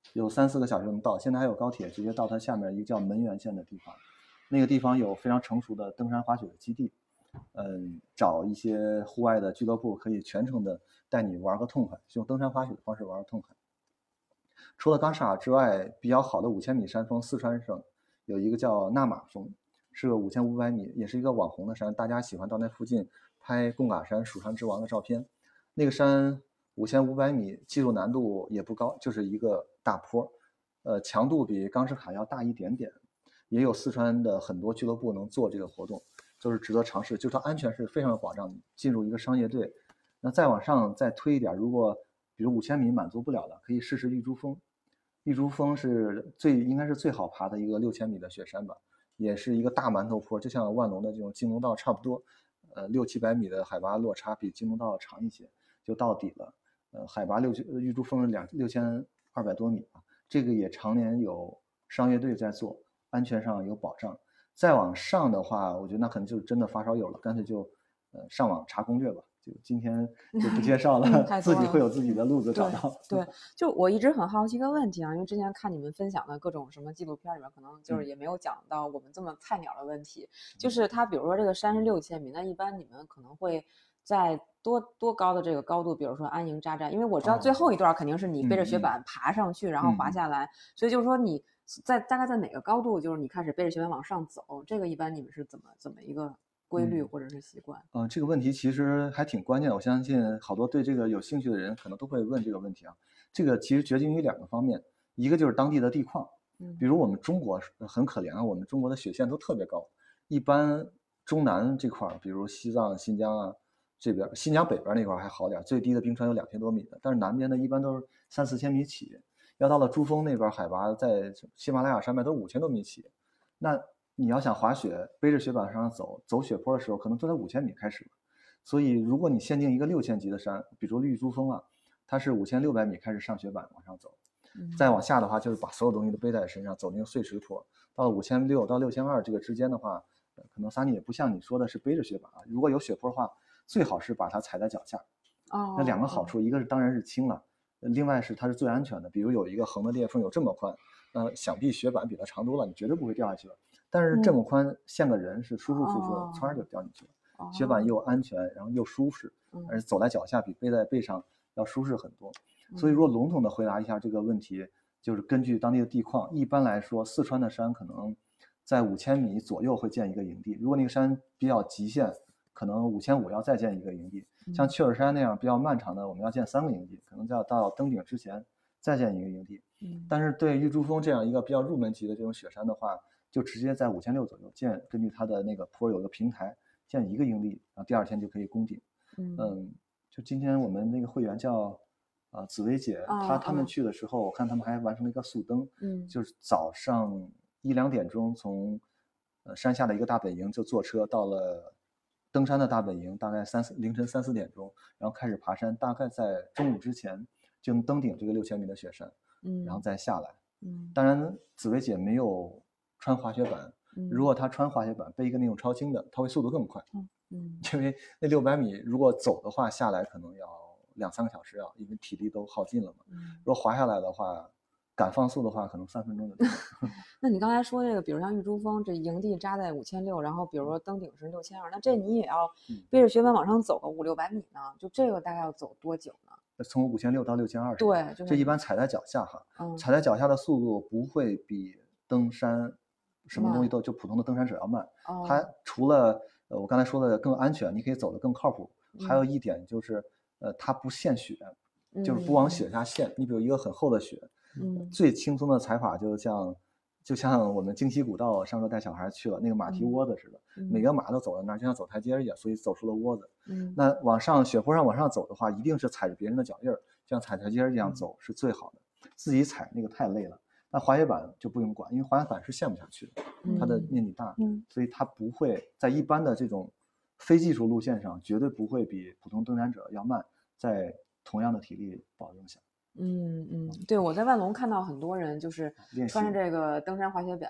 有三四个小时能到。现在还有高铁直接到它下面一个叫门源县的地方，那个地方有非常成熟的登山滑雪的基地，嗯，找一些户外的俱乐部可以全程的带你玩个痛快，用登山滑雪的方式玩个痛快。除了冈萨之外，比较好的五千米山峰，四川省有一个叫纳马峰，是个五千五百米，也是一个网红的山，大家喜欢到那附近拍贡嘎山蜀山之王的照片。那个山五千五百米，技术难度也不高，就是一个大坡，呃，强度比冈士卡要大一点点。也有四川的很多俱乐部能做这个活动，就是值得尝试，就是它安全是非常有保障。进入一个商业队，那再往上再推一点，如果比如五千米满足不了的，可以试试玉珠峰。玉珠峰是最应该是最好爬的一个六千米的雪山吧，也是一个大馒头坡，就像万隆的这种京东道差不多，呃，六七百米的海拔落差比京东道长一些，就到底了。呃，海拔六玉珠峰两六千二百多米吧，这个也常年有商业队在做，安全上有保障。再往上的话，我觉得那可能就是真的发烧友了，干脆就呃上网查攻略吧。就今天就不介绍了， 嗯、 自己会有自己的路子找到。 对，对就我一直很好奇一个问题啊，因为之前看你们分享的各种什么纪录片里面，可能就是也没有讲到我们这么菜鸟的问题。嗯、就是它，比如说这个山是六千米，那一般你们可能会在多多高的这个高度，比如说安营扎寨，因为我知道最后一段肯定是你背着雪板爬上去，哦、然后滑下来，嗯、所以就是说你在大概在哪个高度，就是你开始背着雪板往上走，这个一般你们是怎么怎么一个规律或者是习惯？ 嗯、呃，这个问题其实还挺关键的，我相信好多对这个有兴趣的人可能都会问这个问题啊。这个其实决定于两个方面，一个就是当地的地况，比如我们中国很可怜啊，我们中国的雪线都特别高，一般中南这块，比如西藏、新疆啊这边，新疆北边那块还好点，最低的冰川有两千多米的，但是南边的一般都是三四千米起，要到了珠峰那边，海拔在喜马拉雅山脉都五千多米起，那你要想滑雪，背着雪板上走，走雪坡的时候，可能就在五千米开始了。所以，如果你限定一个六千级的山，比如玉珠峰啊，它是五千六百米开始上雪板往上走，嗯、再往下的话，就是把所有东西都背在身上，走那个碎石坡。到了五千六到六千二这个之间的话，可能萨尼也不像你说的是背着雪板啊。如果有雪坡的话，最好是把它踩在脚下。 哦， 那两个好处，一个是当然是轻了，另外是它是最安全的。比如有一个横的裂缝有这么宽，那想必雪板比它长多了，你绝对不会掉下去了。但是这么宽，像个人是舒舒服服的，唰、嗯、就掉进去了。哦、雪板又安全，然后又舒适，而且走在脚下比背在背上要舒适很多。嗯、所以，如果笼统的回答一下这个问题，就是根据当地的地况，一般来说，四川的山可能在五千米左右会建一个营地。如果那个山比较极限，可能五千五要再建一个营地。像雀儿山那样比较漫长的，我们要建三个营地，可能要到登顶之前再建一个营地。嗯、但是对玉珠峰这样一个比较入门级的这种雪山的话，就直接在五千六左右建，根据它的那个坡有个平台，建一个营地，然后第二天就可以攻顶。嗯, 嗯，就今天我们那个会员叫呃紫薇姐，哦、她他们去的时候，我看他们还完成了一个速登，嗯，就是早上一两点钟从呃山下的一个大本营就坐车到了登山的大本营，大概三四凌晨三四点钟，然后开始爬山，大概在中午之前就能登顶这个六千米的雪山，嗯，然后再下来。嗯，当然紫薇姐没有穿滑雪板，如果他穿滑雪板背一个那种超轻的，他会速度更快。嗯嗯，因为那六百米如果走的话，下来可能要两三个小时啊，因为体力都耗尽了嘛。嗯，如果滑下来的话，赶放速的话，可能三分钟就到。 那你刚才说这个，比如像玉珠峰这营地扎在五千六，然后比如说登顶是六千二，那这你也要背着雪板往上走个五六百米呢？就这个大概要走多久呢？ 从五千六到六千二， 对， 就是、这一般踩在脚下哈，嗯、踩在脚下的速度不会比登山什么东西都就普通的登山者要慢。哦、它除了呃我刚才说的更安全，你可以走得更靠谱，嗯、还有一点就是呃它不陷雪，嗯、就是不往雪下陷。你比如一个很厚的雪，嗯、最轻松的踩法就像就像我们京西古道上周带小孩去了那个马蹄窝子似的，嗯、每个马都走到那儿，就像走台阶一样，所以走出了窝子。嗯、那往上雪坡上往上走的话，一定是踩着别人的脚印儿，像踩台阶一样走是最好的。嗯、自己踩那个太累了。那滑雪板就不用管，因为滑雪板是陷不下去的，它的面积大，嗯、所以它不会在一般的这种非技术路线上，绝对不会比普通登山者要慢，在同样的体力保证下。 嗯嗯，对，我在万隆看到很多人就是穿着这个登山滑雪板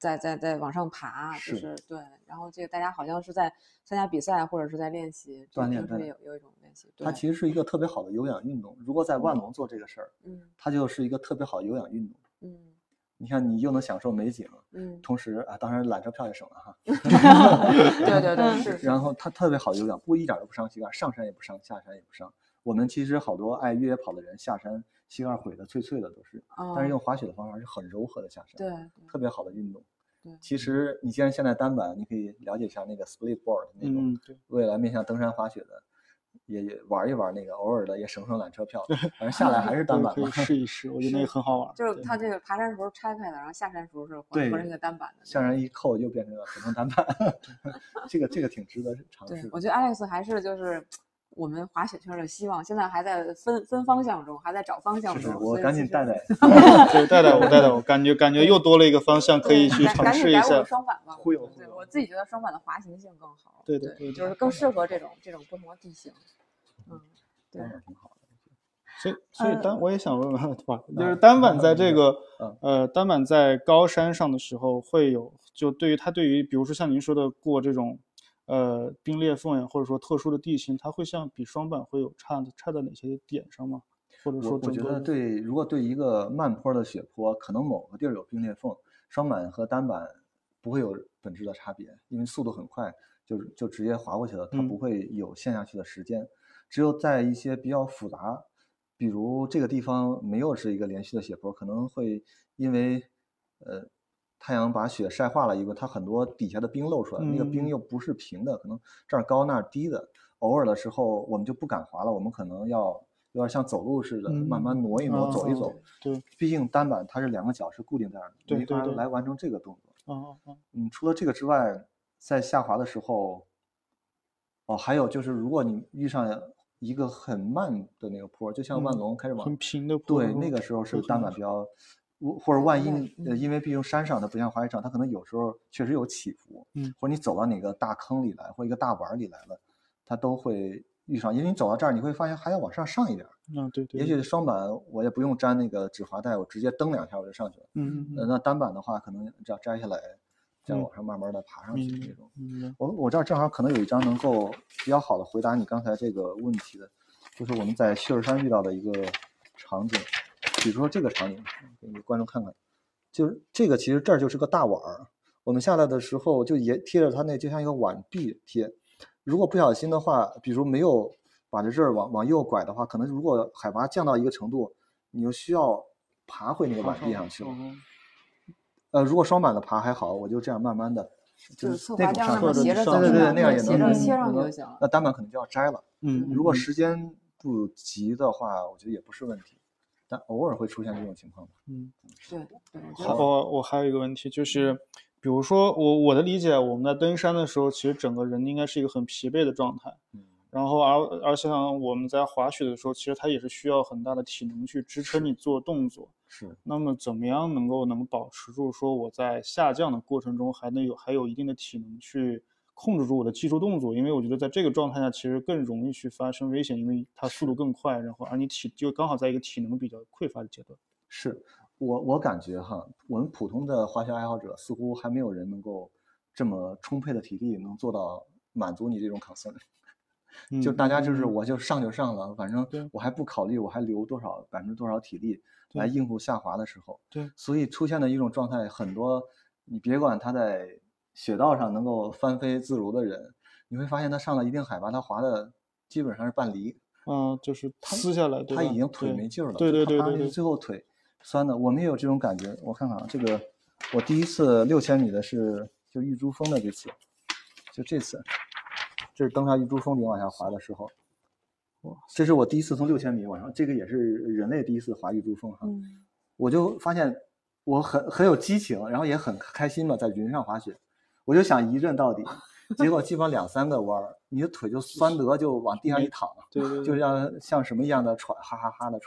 在在在往上爬，就是对。然后这个大家好像是在参加比赛或者是在练习锻炼， 对有有一种练习。 它其实是一个特别好的有氧运动。如果在万隆做这个事儿， 嗯， 它就是一个特别好的有氧运动。 嗯， 你看，你又能享受美景， 嗯， 同时啊，当然缆车票也省了哈。 对对对，是。 然后它特别好有氧，不一点都不伤膝盖，上山也不伤，下山也不伤。我们其实好多爱越野跑的人下山膝盖毁的脆脆的都是， 哦、 但是用滑雪的方法是很柔和的下山， 对， 特别好的运动。 对， 其实你既然现在单板，你可以了解一下那个 split board 那种， 嗯，对， 未来面向登山滑雪的，也也玩一玩那个，偶尔的也省省缆车票，反正下来还是单板嘛， 可以试一试，我觉得那个很好玩。 就是它这个爬山时候拆开的，然后下山时候是合成一个单板的， 下山一扣又变成了合成单板，这个这个挺值得尝试。 对，我觉得 Alex 还是就是我们滑雪圈的希望，现在还在分分方向中，还在找方向中。 是我赶紧带带， 对，带带我带带我，感觉感觉又多了一个方向可以去尝试一下。 双板吧， 忽悠对，我自己觉得双板的滑行性更好。 对对对， 就是更适合这种这种不同的地形。嗯，对， 挺好的。 所以，所以单我也想问问，对吧？就是单板在这个呃单板在高山上的时候，会有就对于它对于比如说像您说的过这种呃冰裂缝呀，或者说特殊的地形，它会像比双板会有差差在哪些点上吗？或者说我我觉得对，如果对一个慢坡的雪坡，可能某个地儿有冰裂缝，双板和单板不会有本质的差别，因为速度很快，就就直接滑过去了，它不会有陷下去的时间。嗯、只有在一些比较复杂，比如这个地方没有是一个连续的雪坡，可能会因为呃太阳把雪晒化了以后，它很多底下的冰露出来， 嗯、 那个冰又不是平的，可能这儿高那儿低的，偶尔的时候我们就不敢滑了，我们可能要。有点像走路似的，慢慢挪一挪， 嗯、 走一走。 对， 毕竟单板它是两个脚是固定在那儿的，没法来完成这个动作。 哦哦嗯，除了这个之外，在下滑的时候，哦，还有就是，如果你遇上一个很慢的那个坡，就像万隆开始往、 嗯、很平的坡， 对，那个时候是单板比较，或者万一呃，因为毕竟山上它不像滑雪场，它可能有时候确实有起伏， 嗯， 或者你走到哪个大坑里来，或一个大碗里来了，它都会。遇上，因为你走到这儿，你会发现还要往上上一点。 嗯，对对。 也许双板我也不用粘那个止滑带，我直接蹬两下我就上去了。 嗯嗯。 呃，那单板的话，可能这样摘下来，再往上慢慢的爬上去那种。嗯。我我这儿正好可能有一张能够比较好的回答你刚才这个问题的，就是我们在旭日山遇到的一个场景，比如说这个场景，给观众看看，就是这个其实这儿就是个大碗儿，我们下来的时候就也贴着它那就像一个碗壁贴。如果不小心的话，比如没有把这这儿往往右拐的话，可能如果海拔降到一个程度，你就需要爬回那个碗壁上去了。呃，如果双板的爬还好，我就这样慢慢的，就是那种上去，斜着对对对，那样也能斜着切上去就行了。 那单板可能就要摘了。 嗯， 如果时间不急的话，我觉得也不是问题，但偶尔会出现这种情况。 嗯， 对对。 好，我我还有一个问题就是。比如说我我的理解，我们在登山的时候，其实整个人应该是一个很疲惫的状态，嗯，然后而而像我们在滑雪的时候，其实它也是需要很大的体能去支撑你做动作， 是。 那么怎么样能够能保持住说我在下降的过程中还能有还有一定的体能去控制住我的技术动作？因为我觉得在这个状态下，其实更容易去发生危险，因为它速度更快，然后而你体就刚好在一个体能比较匮乏的阶段。 是。我我感觉哈，我们普通的滑雪爱好者似乎还没有人能够这么充沛的体力能做到满足你这种 concern。 嗯、 就大家就是我就上就上了， 嗯、 反正我还不考虑我还留多少百分之多少体力来应付下滑的时候。 对， 所以出现的一种状态，很多你别管他在雪道上能够翻飞自如的人，你会发现他上了一定海拔，他滑的基本上是半离。 嗯，就是撕下来， 他已经腿没劲儿了。 对对对对对， 最后腿。酸的，我们也有这种感觉。我看看啊，这个我第一次六千米的是就玉珠峰的这次，就这次，这是登上玉珠峰顶往下滑的时候，哇，这是我第一次从六千米往上，这个也是人类第一次滑玉珠峰哈。嗯，我就发现我很很有激情，然后也很开心嘛，在云上滑雪，我就想一阵到底，结果基本上两三个弯儿，你的腿就酸得就往地上一躺， 对对对， 就像像什么一样的喘，哈哈哈的喘。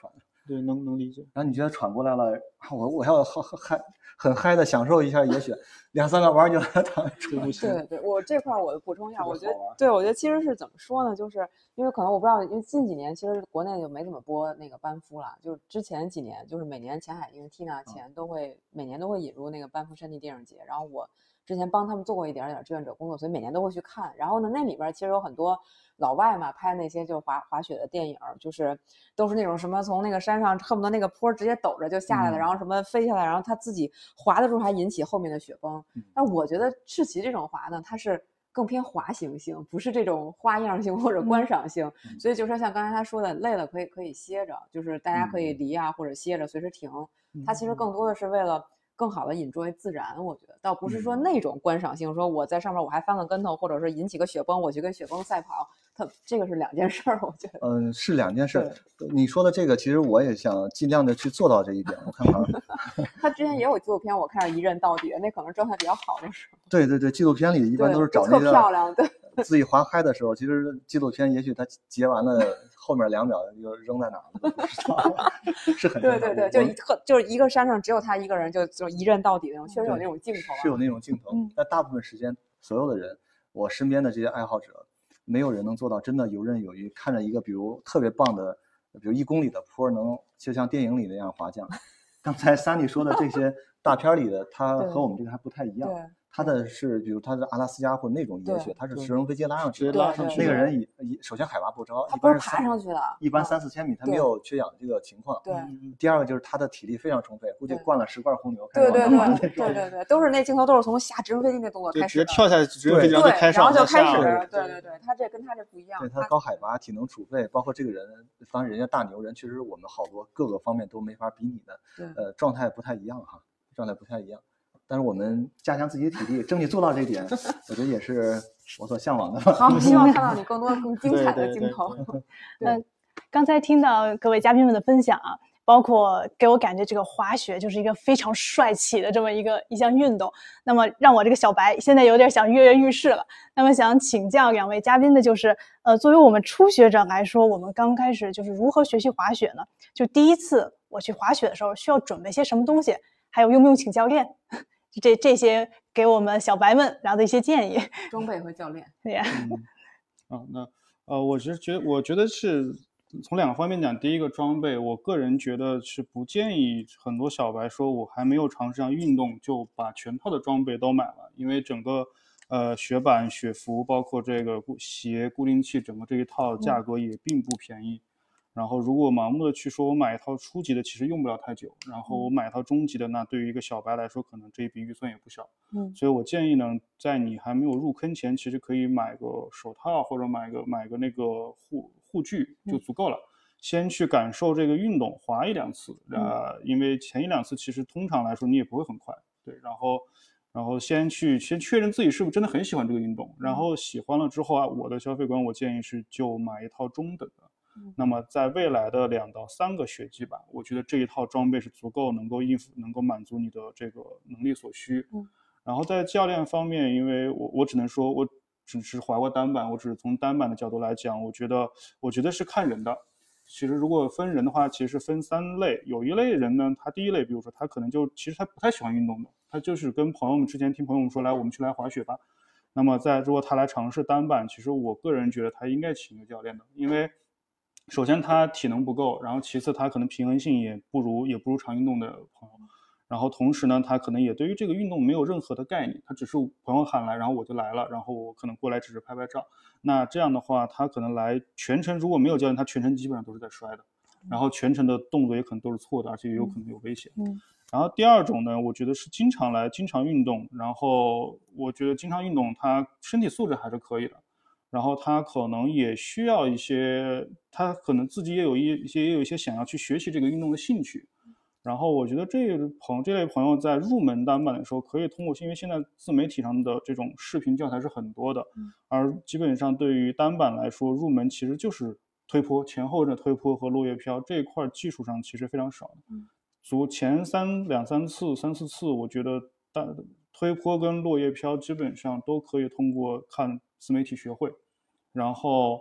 对，能能理解。 然后你觉得喘过来了，我我要好嗨很嗨的享受一下野雪，两三个弯就出不去。 对对，我这块我补充一下，我觉得对，我觉得其实是怎么说呢，就是因为可能我不知道，因为近几年其实国内就没怎么播那个班夫了，就是之前几年就是每年前海英 Tina 前都会、嗯、每年都会引入那个班夫山地电影节，然后我之前帮他们做过一点点志愿者工作，所以每年都会去看。然后呢，那里边其实有很多老外嘛，拍那些就滑滑雪的电影，就是都是那种什么从那个山上恨不得那个坡直接陡着就下来了、嗯，然后什么飞下来，然后他自己滑的时候还引起后面的雪崩。那、嗯、我觉得赤旗这种滑呢，它是更偏滑行性，不是这种花样性或者观赏性。嗯、所以就是说像刚才他说的，累了可以可以歇着，就是大家可以离啊、嗯、或者歇着随时停。它其实更多的是为了更好的enjoy自然，我觉得倒不是说那种观赏性，说我在上面我还翻个跟头，或者是引起个雪崩，我去跟雪崩赛跑，它这个是两件事儿，我觉得。 嗯，是两件事。你说的这个，其实我也想尽量的去做到这一点。我看看， 他之前也有纪录片，我看着一刃到底，那可能状态比较好的时候。 对对对，纪录片里一般都是找那个特漂亮，对。 自己滑嗨的时候，其实纪录片也许他截完了后面两秒就扔在哪了都不知道，是很对对对，就一特就是一个山上只有他一个人就就一刃到底那种，确实有那种镜头、啊， 是有那种镜头。嗯、但大部分时间，所有的人，我身边的这些爱好者，没有人能做到真的游刃有余，看着一个比如特别棒的，比如一公里的坡，能就像电影里那样滑降。刚才Sunny说的这些大片里的，它和我们这个还不太一样。他的是，比如他的阿拉斯加或者那种野雪，他是直升飞机拉上去， 拉上去。 那个人以首先海拔不高， 他不是爬上去的， 一般三四千米，他没有缺氧这个情况。 对。 第二个就是他的体力非常充沛，估计灌了十罐红牛。 对对对对对对，都是那镜头都是从下直升飞机那动作开始， 直接跳下去，直升飞机就开上， 然后就开始。对对对，他这跟他这不一样。 对他高海拔、体能储备，包括这个人，当然人家大牛人，确实我们好多各个方面都没法比拟的。 对。 呃，状态不太一样哈，状态不太一样。但是我们加强自己的体力，争取做到这一点，我觉得也是我所向往的。 好，希望看到你更多更精彩的镜头。 嗯，刚才听到各位嘉宾们的分享啊，包括给我感觉这个滑雪就是一个非常帅气的这么一个一项运动。那么让我这个小白现在有点想跃跃欲试了。那么想请教两位嘉宾的就是，呃，作为我们初学者来说，我们刚开始就是如何学习滑雪呢？就第一次我去滑雪的时候，需要准备些什么东西？还有用不用请教练？这这些给我们小白们然后的一些建议， 装备和教练。 对呀、 嗯，啊，那呃，我是觉得，我觉得是从两个方面讲。第一个装备，我个人觉得是不建议很多小白说，我还没有尝试上运动就把全套的装备都买了，因为整个呃雪板、雪服，包括这个鞋、固定器，整个这一套价格也并不便宜。嗯，然后如果盲目的去说我买一套初级的其实用不了太久，然后我买一套中级的，那对于一个小白来说可能这一笔预算也不小。 嗯， 所以我建议呢，在你还没有入坑前，其实可以买个手套或者买个买个那个护护具就足够了。嗯，先去感受这个运动，滑一两次，呃，因为前一两次其实通常来说你也不会很快，对，然后然后先去先确认自己是不是真的很喜欢这个运动，然后喜欢了之后啊，我的消费观我建议是就买一套中等的。那么在未来的两到三个雪季吧，我觉得这一套装备是足够能够应付，能够满足你的这个能力所需。 嗯， 然后在教练方面，因为我我只能说，我只是滑过单板，我只是从单板的角度来讲，我觉得我觉得是看人的。其实如果分人的话，其实是分三类。有一类人呢，他第一类，比如说他可能就其实他不太喜欢运动的，他就是跟朋友们之前听朋友们说，来我们去来滑雪吧。那么在如果他来尝试单板，其实我个人觉得他应该请个教练的，因为首先他体能不够，然后其次他可能平衡性也不如也不如常运动的朋友，然后同时呢他可能也对于这个运动没有任何的概念，他只是朋友喊来然后我就来了，然后我可能过来只是拍拍照。那这样的话他可能来全程如果没有教练，他全程基本上都是在摔的，然后全程的动作也可能都是错的，而且也有可能有危险。 嗯， 然后第二种呢，我觉得是经常来经常运动，然后我觉得经常运动他身体素质还是可以的，然后他可能也需要一些，他可能自己也有一些也有一些想要去学习这个运动的兴趣。然后我觉得这类朋这类朋友在入门单板的时候，可以通过，因为现在自媒体上的这种视频教材是很多的，而基本上对于单板来说，入门其实就是推坡，前后的推坡和落叶飘这一块技术上其实非常少的。足前三两三次三四次，我觉得单推坡跟落叶飘基本上都可以通过看自媒体学会。然后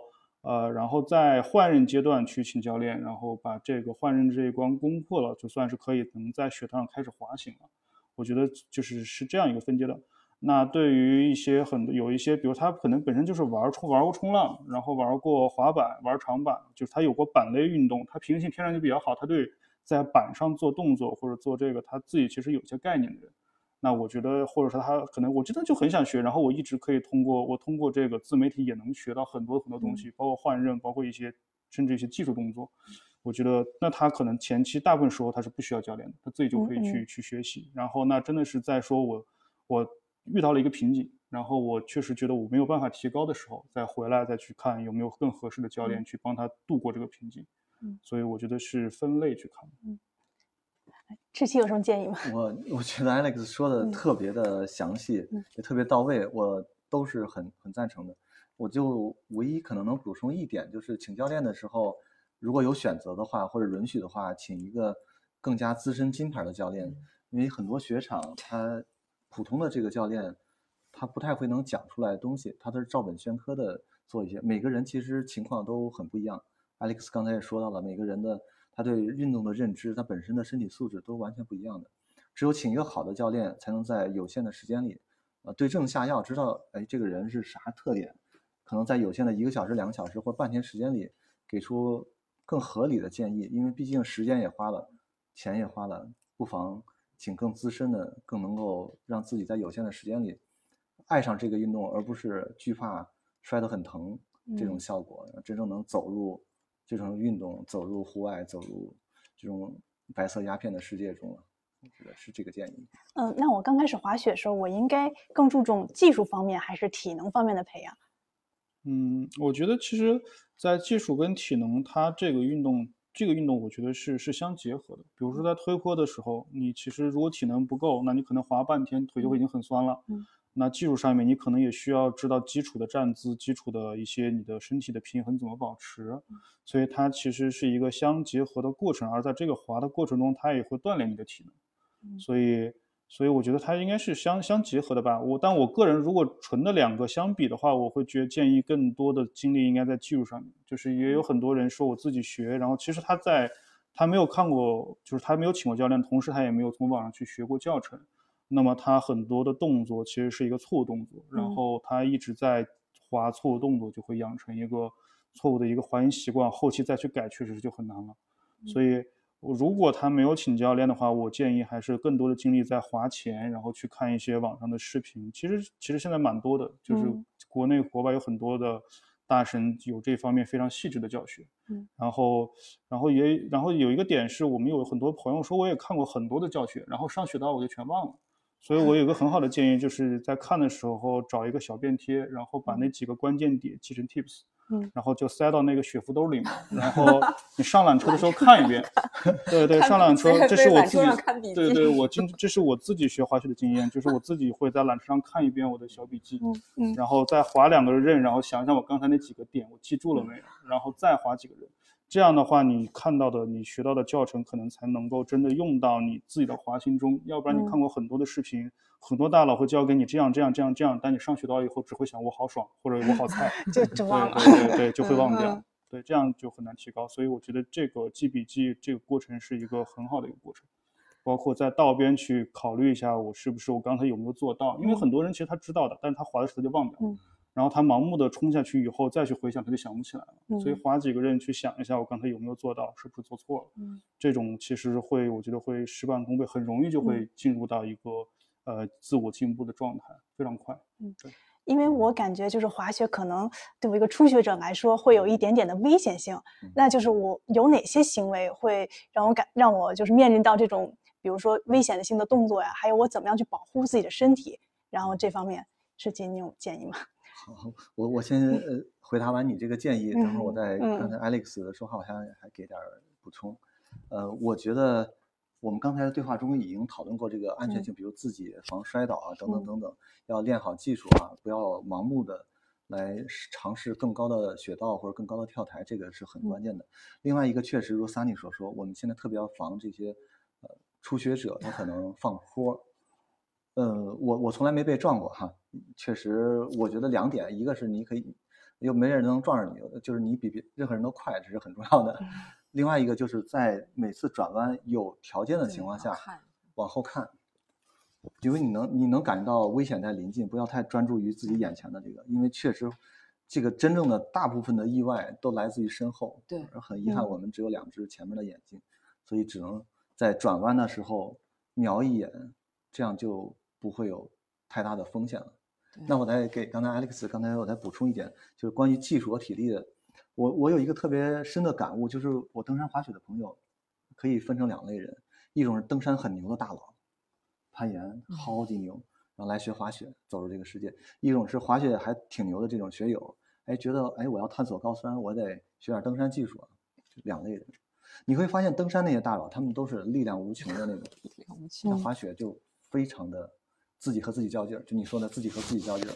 呃，然后在换刃阶段去请教练，然后把这个换刃这一关攻破了，就算是可以能在雪道上开始滑行了。我觉得就是是这样一个分阶段。那对于一些很多有一些，比如他可能本身就是玩冲玩过冲浪，然后玩过滑板、玩长板，就是他有过板类运动，他平衡性天然就比较好，他对在板上做动作或者做这个他自己其实有些概念的人，那我觉得或者说他可能我真的就很想学，然后我一直可以通过我通过这个自媒体也能学到很多很多东西，包括换刃，包括一些甚至一些技术动作。我觉得那他可能前期大部分时候他是不需要教练的，他自己就可以去、嗯、去学习。然后那真的是在说我我遇到了一个瓶颈，然后我确实觉得我没有办法提高的时候，再回来再去看有没有更合适的教练去帮他度过这个瓶颈。嗯，所以我觉得是分类去看。 嗯，志奇有什么建议吗？ 我我觉得 Alex 说的特别的详细，嗯、也特别到位，我都是很很赞成的。我就唯一可能能补充一点，就是请教练的时候，如果有选择的话，或者允许的话，请一个更加资深金牌的教练，因为很多雪场他普通的这个教练，他不太会能讲出来东西，他都是照本宣科的做一些。每个人其实情况都很不一样。Alex 刚才也说到了，每个人的他对运动的认知，他本身的身体素质都完全不一样的。只有请一个好的教练，才能在有限的时间里，呃，对症下药，知道哎这个人是啥特点，可能在有限的一个小时、两个小时或半天时间里，给出更合理的建议。因为毕竟时间也花了，钱也花了，不妨请更资深的，更能够让自己在有限的时间里爱上这个运动，而不是惧怕摔得很疼这种效果，嗯、真正能走入这种运动，走入户外，走入这种白色鸦片的世界中了。我觉得是这个建议。 嗯，那我刚开始滑雪的时候，我应该更注重技术方面还是体能方面的培养？ 嗯，我觉得其实在技术跟体能，它这个运动这个运动我觉得是是相结合的。比如说在推坡的时候，你其实如果体能不够，那你可能滑半天腿就已经很酸了。嗯，那技术上面你可能也需要知道基础的站姿，基础的一些你的身体的平衡怎么保持。所以它其实是一个相结合的过程，而在这个滑的过程中，它也会锻炼你的体能。所以所以我觉得它应该是相相结合的吧。我但我个人如果纯的两个相比的话，我会觉得建议更多的精力应该在技术上面。就是也有很多人说我自己学，然后其实他在他没有看过，就是他没有请过教练，同时他也没有从网上去学过教程，那么他很多的动作其实是一个错误动作，然后他一直在滑错误动作，就会养成一个错误的一个滑行习惯，后期再去改确实就很难了。所以如果他没有请教练的话，我建议还是更多的精力在滑前，然后去看一些网上的视频。其实其实现在蛮多的，就是国内国外有很多的大神有这方面非常细致的教学。嗯，然后然后也然后有一个点是我们有很多朋友说我也看过很多的教学，然后上雪道我就全忘了。所以我有一个很好的建议，就是在看的时候找一个小便贴，然后把那几个关键点记成 tips。嗯，然后就塞到那个雪服兜里面，然后你上缆车的时候看一遍。对对，上缆车，这是我自己，对对，我今这是我自己学滑雪的经验，就是我自己会在缆车上看一遍我的小笔记，嗯嗯，然后再滑两个刃，然后想想我刚才那几个点我记住了没有，然后再滑几个刃。这样的话，你看到的、你学到的教程，可能才能够真的用到你自己的滑行中。要不然，你看过很多的视频，嗯、很多大佬会教给你这样、这样、这样、这样，但你上雪道以后只会想我好爽，或者我好菜， 就就忘了， 对对对对，就会忘掉。嗯、对，这样就很难提高。所以我觉得这个记笔记这个过程是一个很好的一个过程。包括在道边去考虑一下，我是不是我刚才有没有做到？因为很多人其实他知道的，但是他滑的时候就忘掉。嗯，然后他盲目的冲下去以后再去回想他就想不起来了。嗯、所以滑几个刃去想一下我刚才有没有做到，是不是做错了。嗯，这种其实会我觉得会事半功倍，很容易就会进入到一个、嗯、呃自我进步的状态，非常快。嗯，对。 因为我感觉就是滑雪可能对我一个初学者来说会有一点点的危险性，嗯、那就是我有哪些行为会让我感让我就是面临到这种比如说危险性的动作呀，还有我怎么样去保护自己的身体，然后这方面是姐你有建议吗？ 好，我我先呃回答完你这个建议，等会儿我再刚才 Alex 的说话，我还还给点补充。呃，我觉得我们刚才的对话中已经讨论过这个安全性，比如自己防摔倒啊，等等等等，要练好技术啊，不要盲目的来尝试更高的雪道或者更高的跳台，这个是很关键的。另外一个，确实如 Sunny 所说，我们现在特别要防这些呃初学者，他可能放坡。呃，我我从来没被撞过哈，确实，我觉得两点，一个是你可以又没人能撞着你，就是你比别任何人都快，这是很重要的。嗯、另外一个就是在每次转弯有条件的情况下，往后看，因为你能你能感觉到危险在临近，不要太专注于自己眼前的这个，因为确实这个真正的大部分的意外都来自于身后。 对， 很遗憾我们只有两只前面的眼睛，嗯、所以只能在转弯的时候瞄一眼，这样就不会有太大的风险了。那我再给刚才 Alex 刚才我再补充一点，就是关于技术和体力的，我我有一个特别深的感悟，就是我登山滑雪的朋友可以分成两类人，一种是登山很牛的大佬，攀岩超级牛，然后来学滑雪走入这个世界；一种是滑雪还挺牛的这种学友，哎，觉得哎我要探索高山，我得学点登山技术啊，两类人。你会发现登山那些大佬，他们都是力量无穷的那种，那滑雪就非常的自己和自己较劲儿，就你说的自己和自己较劲儿。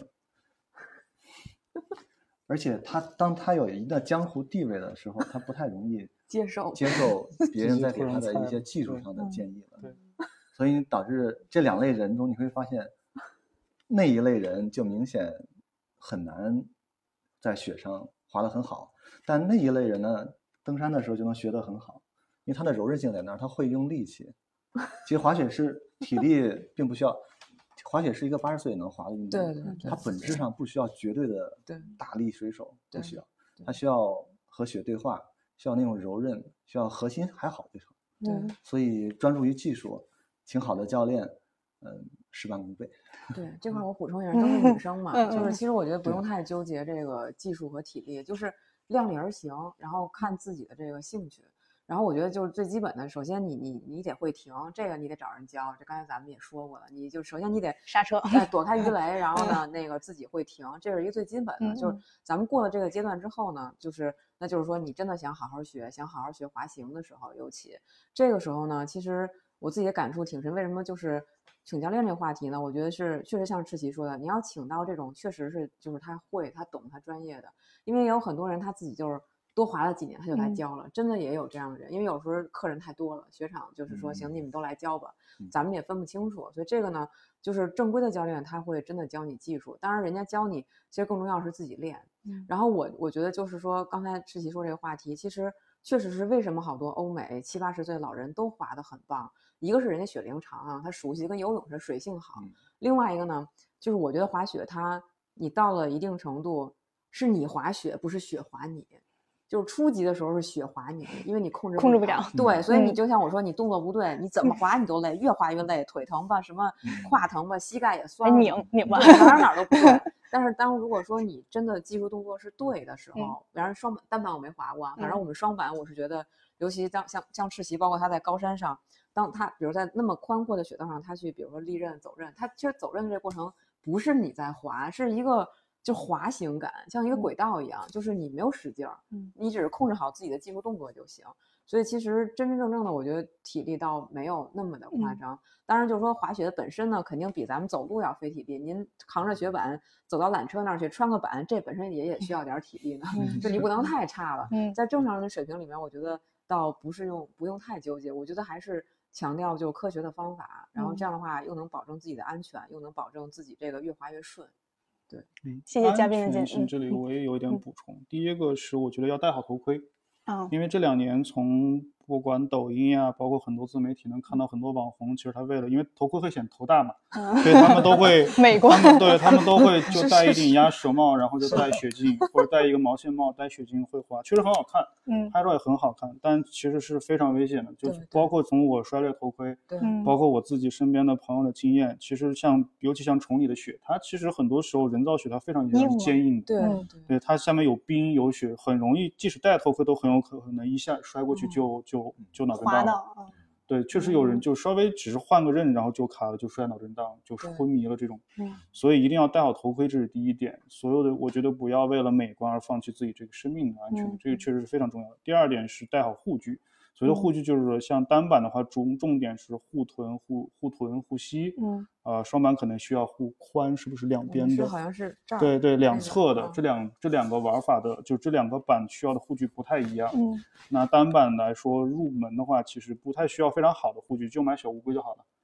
而且他当他有一个江湖地位的时候，他不太容易接受接受别人在给他的一些技术上的建议了。所以导致这两类人中，你会发现那一类人就明显很难在雪上滑得很好，但那一类人呢，登山的时候就能学得很好，因为他的柔韧性在那儿，他会用力气。其实滑雪是体力并不需要，滑雪是一个八十岁也能滑的运动， 对对对， 它本质上不需要绝对的大力水手，不需要，它需要和雪对话，需要那种柔韧，需要核心还好就好。 对， 所以专注于技术，请好的教练，嗯，事半功倍。 对，这块我补充一下，都是女生嘛，就是其实我觉得不用太纠结这个技术和体力，就是量力而行，然后看自己的这个兴趣。然后我觉得就是最基本的，首先你你你得会停，这个你得找人教。这刚才咱们也说过了，你就首先你得刹车， 哎，躲开鱼雷，然后呢，那个自己会停，这是一个最基本的。就是咱们过了这个阶段之后呢，就是那就是说你真的想好好学，想好好学滑行的时候，尤其这个时候呢，其实我自己的感触挺深。为什么就是请教练这个话题呢？我觉得是确实像志奇说的，你要请到这种确实是就是他会、他懂、他专业的，因为也有很多人他自己就是。多滑了几年他就来教了、嗯、真的也有这样的人，因为有时候客人太多了，雪场就是说、嗯、行你们都来教吧、嗯、咱们也分不清楚，所以这个呢就是正规的教练他会真的教你技术，当然人家教你其实更重要是自己练、嗯、然后我我觉得就是说刚才志奇说这个话题，其实确实是为什么好多欧美七八十岁的老人都滑得很棒，一个是人家雪龄长啊，他熟悉，跟游泳是水性好、嗯、另外一个呢就是我觉得滑雪它你到了一定程度是你滑雪不是雪滑你，就是初级的时候是雪滑你，因为你控制控制不了， 对，所以你就像我说，你动作不对，你怎么滑你都累，越滑越累，腿疼吧，什么胯疼吧，膝盖也酸， 拧拧吧， 哪哪都不对。但是当如果说你真的技术动作是对的时候，然后双板单板我没滑过，反正我们双板我是觉得，尤其当像像赤旗，包括他在高山上，当他比如在那么宽阔的雪道上，他去比如说立刃走刃，他其实走刃的这个过程不是你在滑，是一个。就滑行感，像一个轨道一样、嗯、就是你没有使劲儿、嗯、你只是控制好自己的技术动作就行，所以其实真真正正的我觉得体力倒没有那么的夸张、嗯、当然就是说滑雪的本身呢肯定比咱们走路要费体力，您扛着雪板走到缆车那儿去穿个板，这本身也也需要点体力呢、嗯、就你不能太差了、嗯、在正常人的水平里面我觉得倒不是用不用太纠结，我觉得还是强调就科学的方法，然后这样的话又能保证自己的安全、嗯、又能保证自己这个越滑越顺。对， 嗯， 谢谢嘉宾的建议。这里我也有一点补充、嗯、第一个是我觉得要戴好头盔、 嗯、 因为这两年从不管抖音啊包括很多自媒体能看到很多网红，其实他为了因为头盔会显头大嘛、嗯、所以他们都会美国他们对他们都会就戴一顶鸭舌帽然后就戴雪镜或者戴一个毛线帽戴雪镜会滑，确实很好看，嗯，拍照也很好看，但其实是非常危险的，就是包括从我摔裂头盔，对，包括我自己身边的朋友的经验，其实像尤其像崇礼的雪，它其实很多时候人造雪它非常坚硬， 对、 嗯、对，它下面有冰有雪，很容易即使戴头盔都很有可能一下摔过去就、嗯、就就脑震荡了，对，确实有人就稍微只是换个刃然后就卡了，就摔脑震荡就昏迷了这种，所以一定要戴好头盔，这是第一点。所有的我觉得不要为了美观而放弃自己这个生命的安全、嗯、这个确实是非常重要的。第二点是戴好护具，所谓的护具就是说像单板的话重重点是护臀护护臀护膝，嗯，呃双板可能需要护髋，是不是两边的？ 是好像是这儿， 对对，两侧的、那个、这两这两个玩法的，就这两个板需要的护具不太一样。嗯，那单板来说入门的话，其实不太需要非常好的护具，就买小乌龟就好了。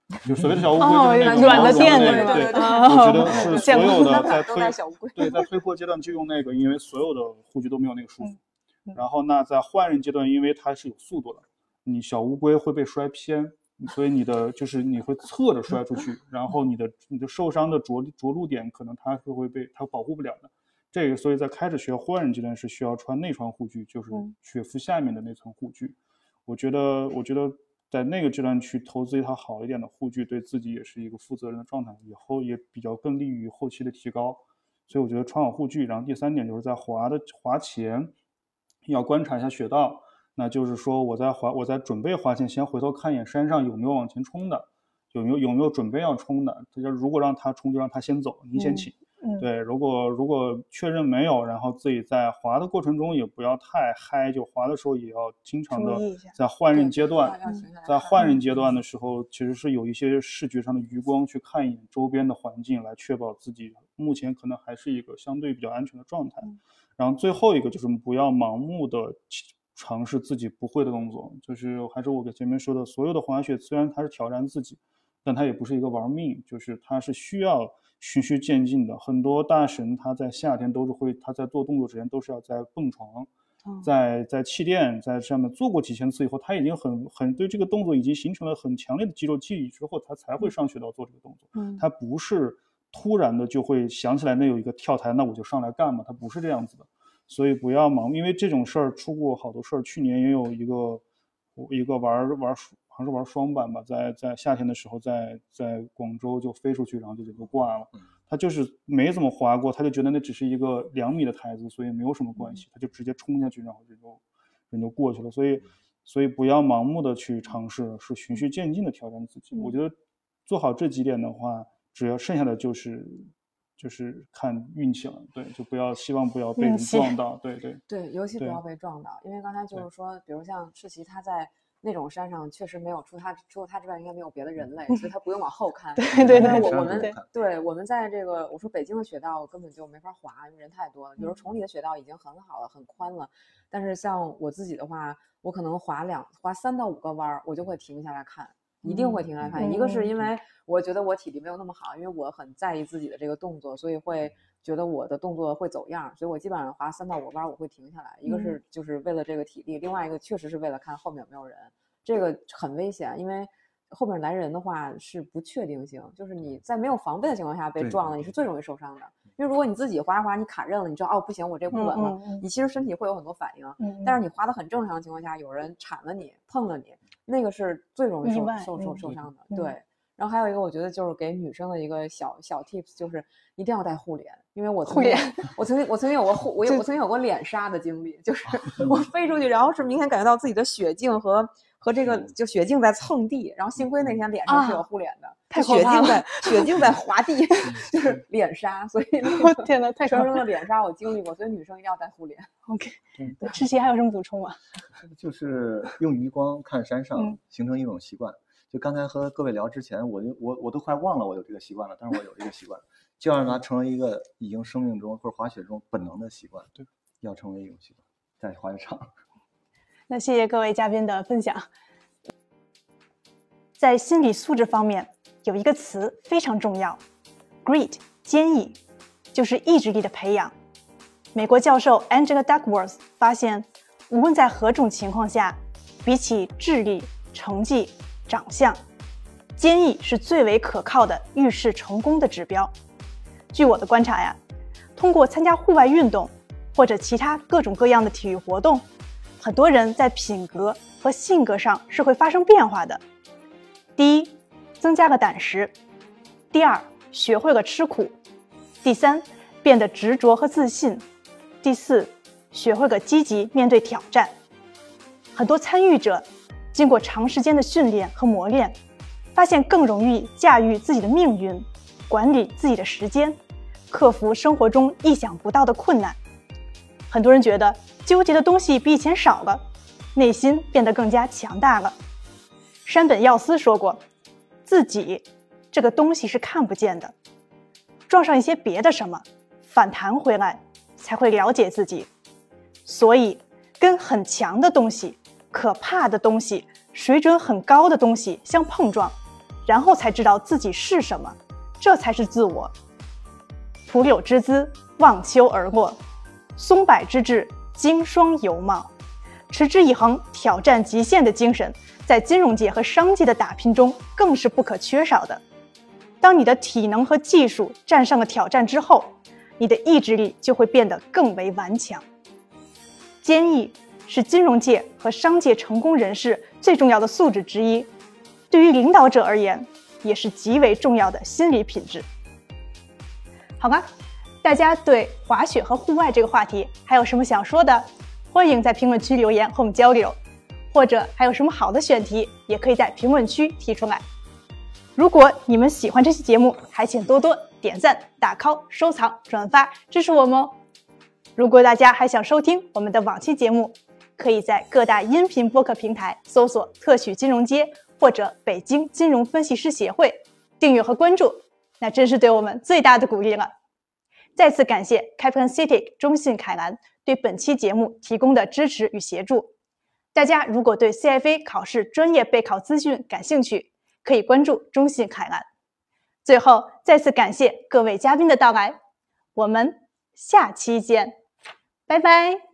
就所谓的小乌龟哦就是那种软的垫的， 的是吧对， 哦我觉得是所有的在都推带小乌龟对在推扩阶段就用那个，因为所有的护具都没有那个束缚。 嗯然后那在换刃阶段，因为它是有速度的，你小乌龟会被摔偏，所以你的就是你会侧着摔出去，然后你的你的受伤的着着陆点可能它是会被它保护不了的。这个所以在开始学换刃阶段是需要穿内穿护具，就是雪肤下面的那层护具。我觉得我觉得在那个阶段去投资一套好一点的护具，对自己也是一个负责任的状态，以后也比较更利于后期的提高。所以我觉得穿好护具，然后第三点就是在滑的滑前要观察一下雪道，那就是说我在滑我在准备滑前，先回头看一眼山上有没有往前冲的，有没有有没有准备要冲的。就如果让他冲，就让他先走，你先起。 嗯嗯、 对，如果如果确认没有，然后自己在滑的过程中也不要太嗨，就滑的时候也要经常的在换刃阶段，在换刃阶段的时候，其实是有一些视觉上的余光去看一眼周边的环境，来确保自己目前可能还是一个相对比较安全的状态。 嗯、 然后最后一个就是不要盲目的尝试自己不会的动作，就是还是我给前面说的，所有的滑雪虽然它是挑战自己，但它也不是一个玩命，就是它是需要循序渐进的。很多大神他在夏天都是会，他在做动作之前都是要在蹦床，嗯、在在气垫在上面做过几千次以后，他已经很很对这个动作已经形成了很强烈的肌肉记忆之后，他才会上雪道做这个动作。嗯，他不是突然的就会想起来那有一个跳台，那我就上来干嘛，他不是这样子的。所以不要忙，因为这种事儿出过好多事儿。去年也有一个一个玩玩好像是玩双板吧，在在夏天的时候在在广州就飞出去，然后就就挂了。他就是没怎么滑过，他就觉得那只是一个两米的台子，所以没有什么关系，他就直接冲下去，然后人就人就过去了。所以所以不要盲目的去尝试，是循序渐进的挑战自己。我觉得做好这几点的话，只要剩下的就是就是看运气了。对，就不要希望不要被人撞到。对对对，尤其不要被撞到，因为刚才就是说，比如像世奇他在那种山上确实没有除他除了他之外应该没有别的人类，所以他不用往后看。 对对对， 我我们对对我们在这个我说北京的雪道根本就没法滑，因为人太多了。比如崇礼的雪道已经很好了，很宽了，但是像我自己的话，我可能滑两滑三到五个弯，我就会停下来看。一定会停下来看，嗯、一个是因为我觉得我体力没有那么好，因为我很在意自己的这个动作，所以会觉得我的动作会走样，所以我基本上滑三到五弯我会停下来。一个是就是为了这个体力，另外一个确实是为了看后面有没有人，这个很危险，因为后面来人的话是不确定性，就是你在没有防备的情况下被撞了，你是最容易受伤的。因为如果你自己滑着滑，你卡刃了，你知道哦不行，我这不稳了，嗯嗯、你其实身体会有很多反应。嗯、但是你滑得很正常的情况下，有人铲了你，碰了你，那个是最容易受受受受伤的。嗯、对。然后还有一个，我觉得就是给女生的一个小小 tips， 就是一定要带护脸，因为我曾经我曾经我曾经有过护我有我曾经有过脸杀的经历，就是我飞出去，然后是明显感觉到自己的血镜和和这个就血镜在蹭地，然后幸亏那天脸上是有护脸的， 太血镜在血镜在滑地，就是脸杀，所以我天哪，太生生的脸杀我经历过，所以女生一定要带护脸。 OK， 对，世奇还有什么补充吗？ 就是用余光看山上，形成一种习惯。就刚才和各位聊之前，我就我我都快忘了我有这个习惯了，但是我有这个习惯，就要让它成为一个已经生命中或者滑雪中本能的习惯，对，要成为一种习惯，在滑雪场。 那谢谢各位嘉宾的分享。在心理素质方面，有一个词非常重要 ，grit 坚毅，就是意志力的培养。美国教授 Angela Duckworth 发现，无论在何种情况下，比起智力、成绩、长相，坚毅是最为可靠的预示成功的指标。据我的观察呀，通过参加户外运动或者其他各种各样的体育活动，很多人在品格和性格上是会发生变化的。第一，增加个胆识；第二，学会个吃苦；第三，变得执着和自信；第四，学会个积极面对挑战。很多参与者经过长时间的训练和磨练，发现更容易驾驭自己的命运，管理自己的时间，克服生活中意想不到的困难。很多人觉得纠结的东西比以前少了，内心变得更加强大了。山本耀司说过，自己这个东西是看不见的，撞上一些别的什么，反弹回来才会了解自己。所以跟很强的东西、可怕的东西、水准很高的东西相碰撞， 然后才知道自己是什么，这才是自我。徒有之姿，望秋而落；松柏之志，经霜犹茂。持之以恒、挑战极限的精神，在金融界和商界的打拼中更是不可缺少的。当你的体能和技术战胜了挑战之后，你的意志力就会变得更为顽强。坚毅是金融界和商界成功人士最重要的素质之一，对于领导者而言，也是极为重要的心理品质。好吧，大家对滑雪和户外这个话题还有什么想说的？欢迎在评论区留言和我们交流，或者还有什么好的选题，也可以在评论区提出来。如果你们喜欢这期节目，还请多多点赞、打 call、收藏、转发，支持我们哦。如果大家还想收听我们的往期节目，可以在各大音频播客平台搜索特许金融街或者北京金融分析师协会，订阅和关注，那真是对我们最大的鼓励了。再次感谢 Captain City 中信凯蓝对本期节目提供的支持与协助。大家如果对 C F A 考试专业备考资讯感兴趣，可以关注中信凯蓝。最后再次感谢各位嘉宾的到来，我们下期见，拜拜。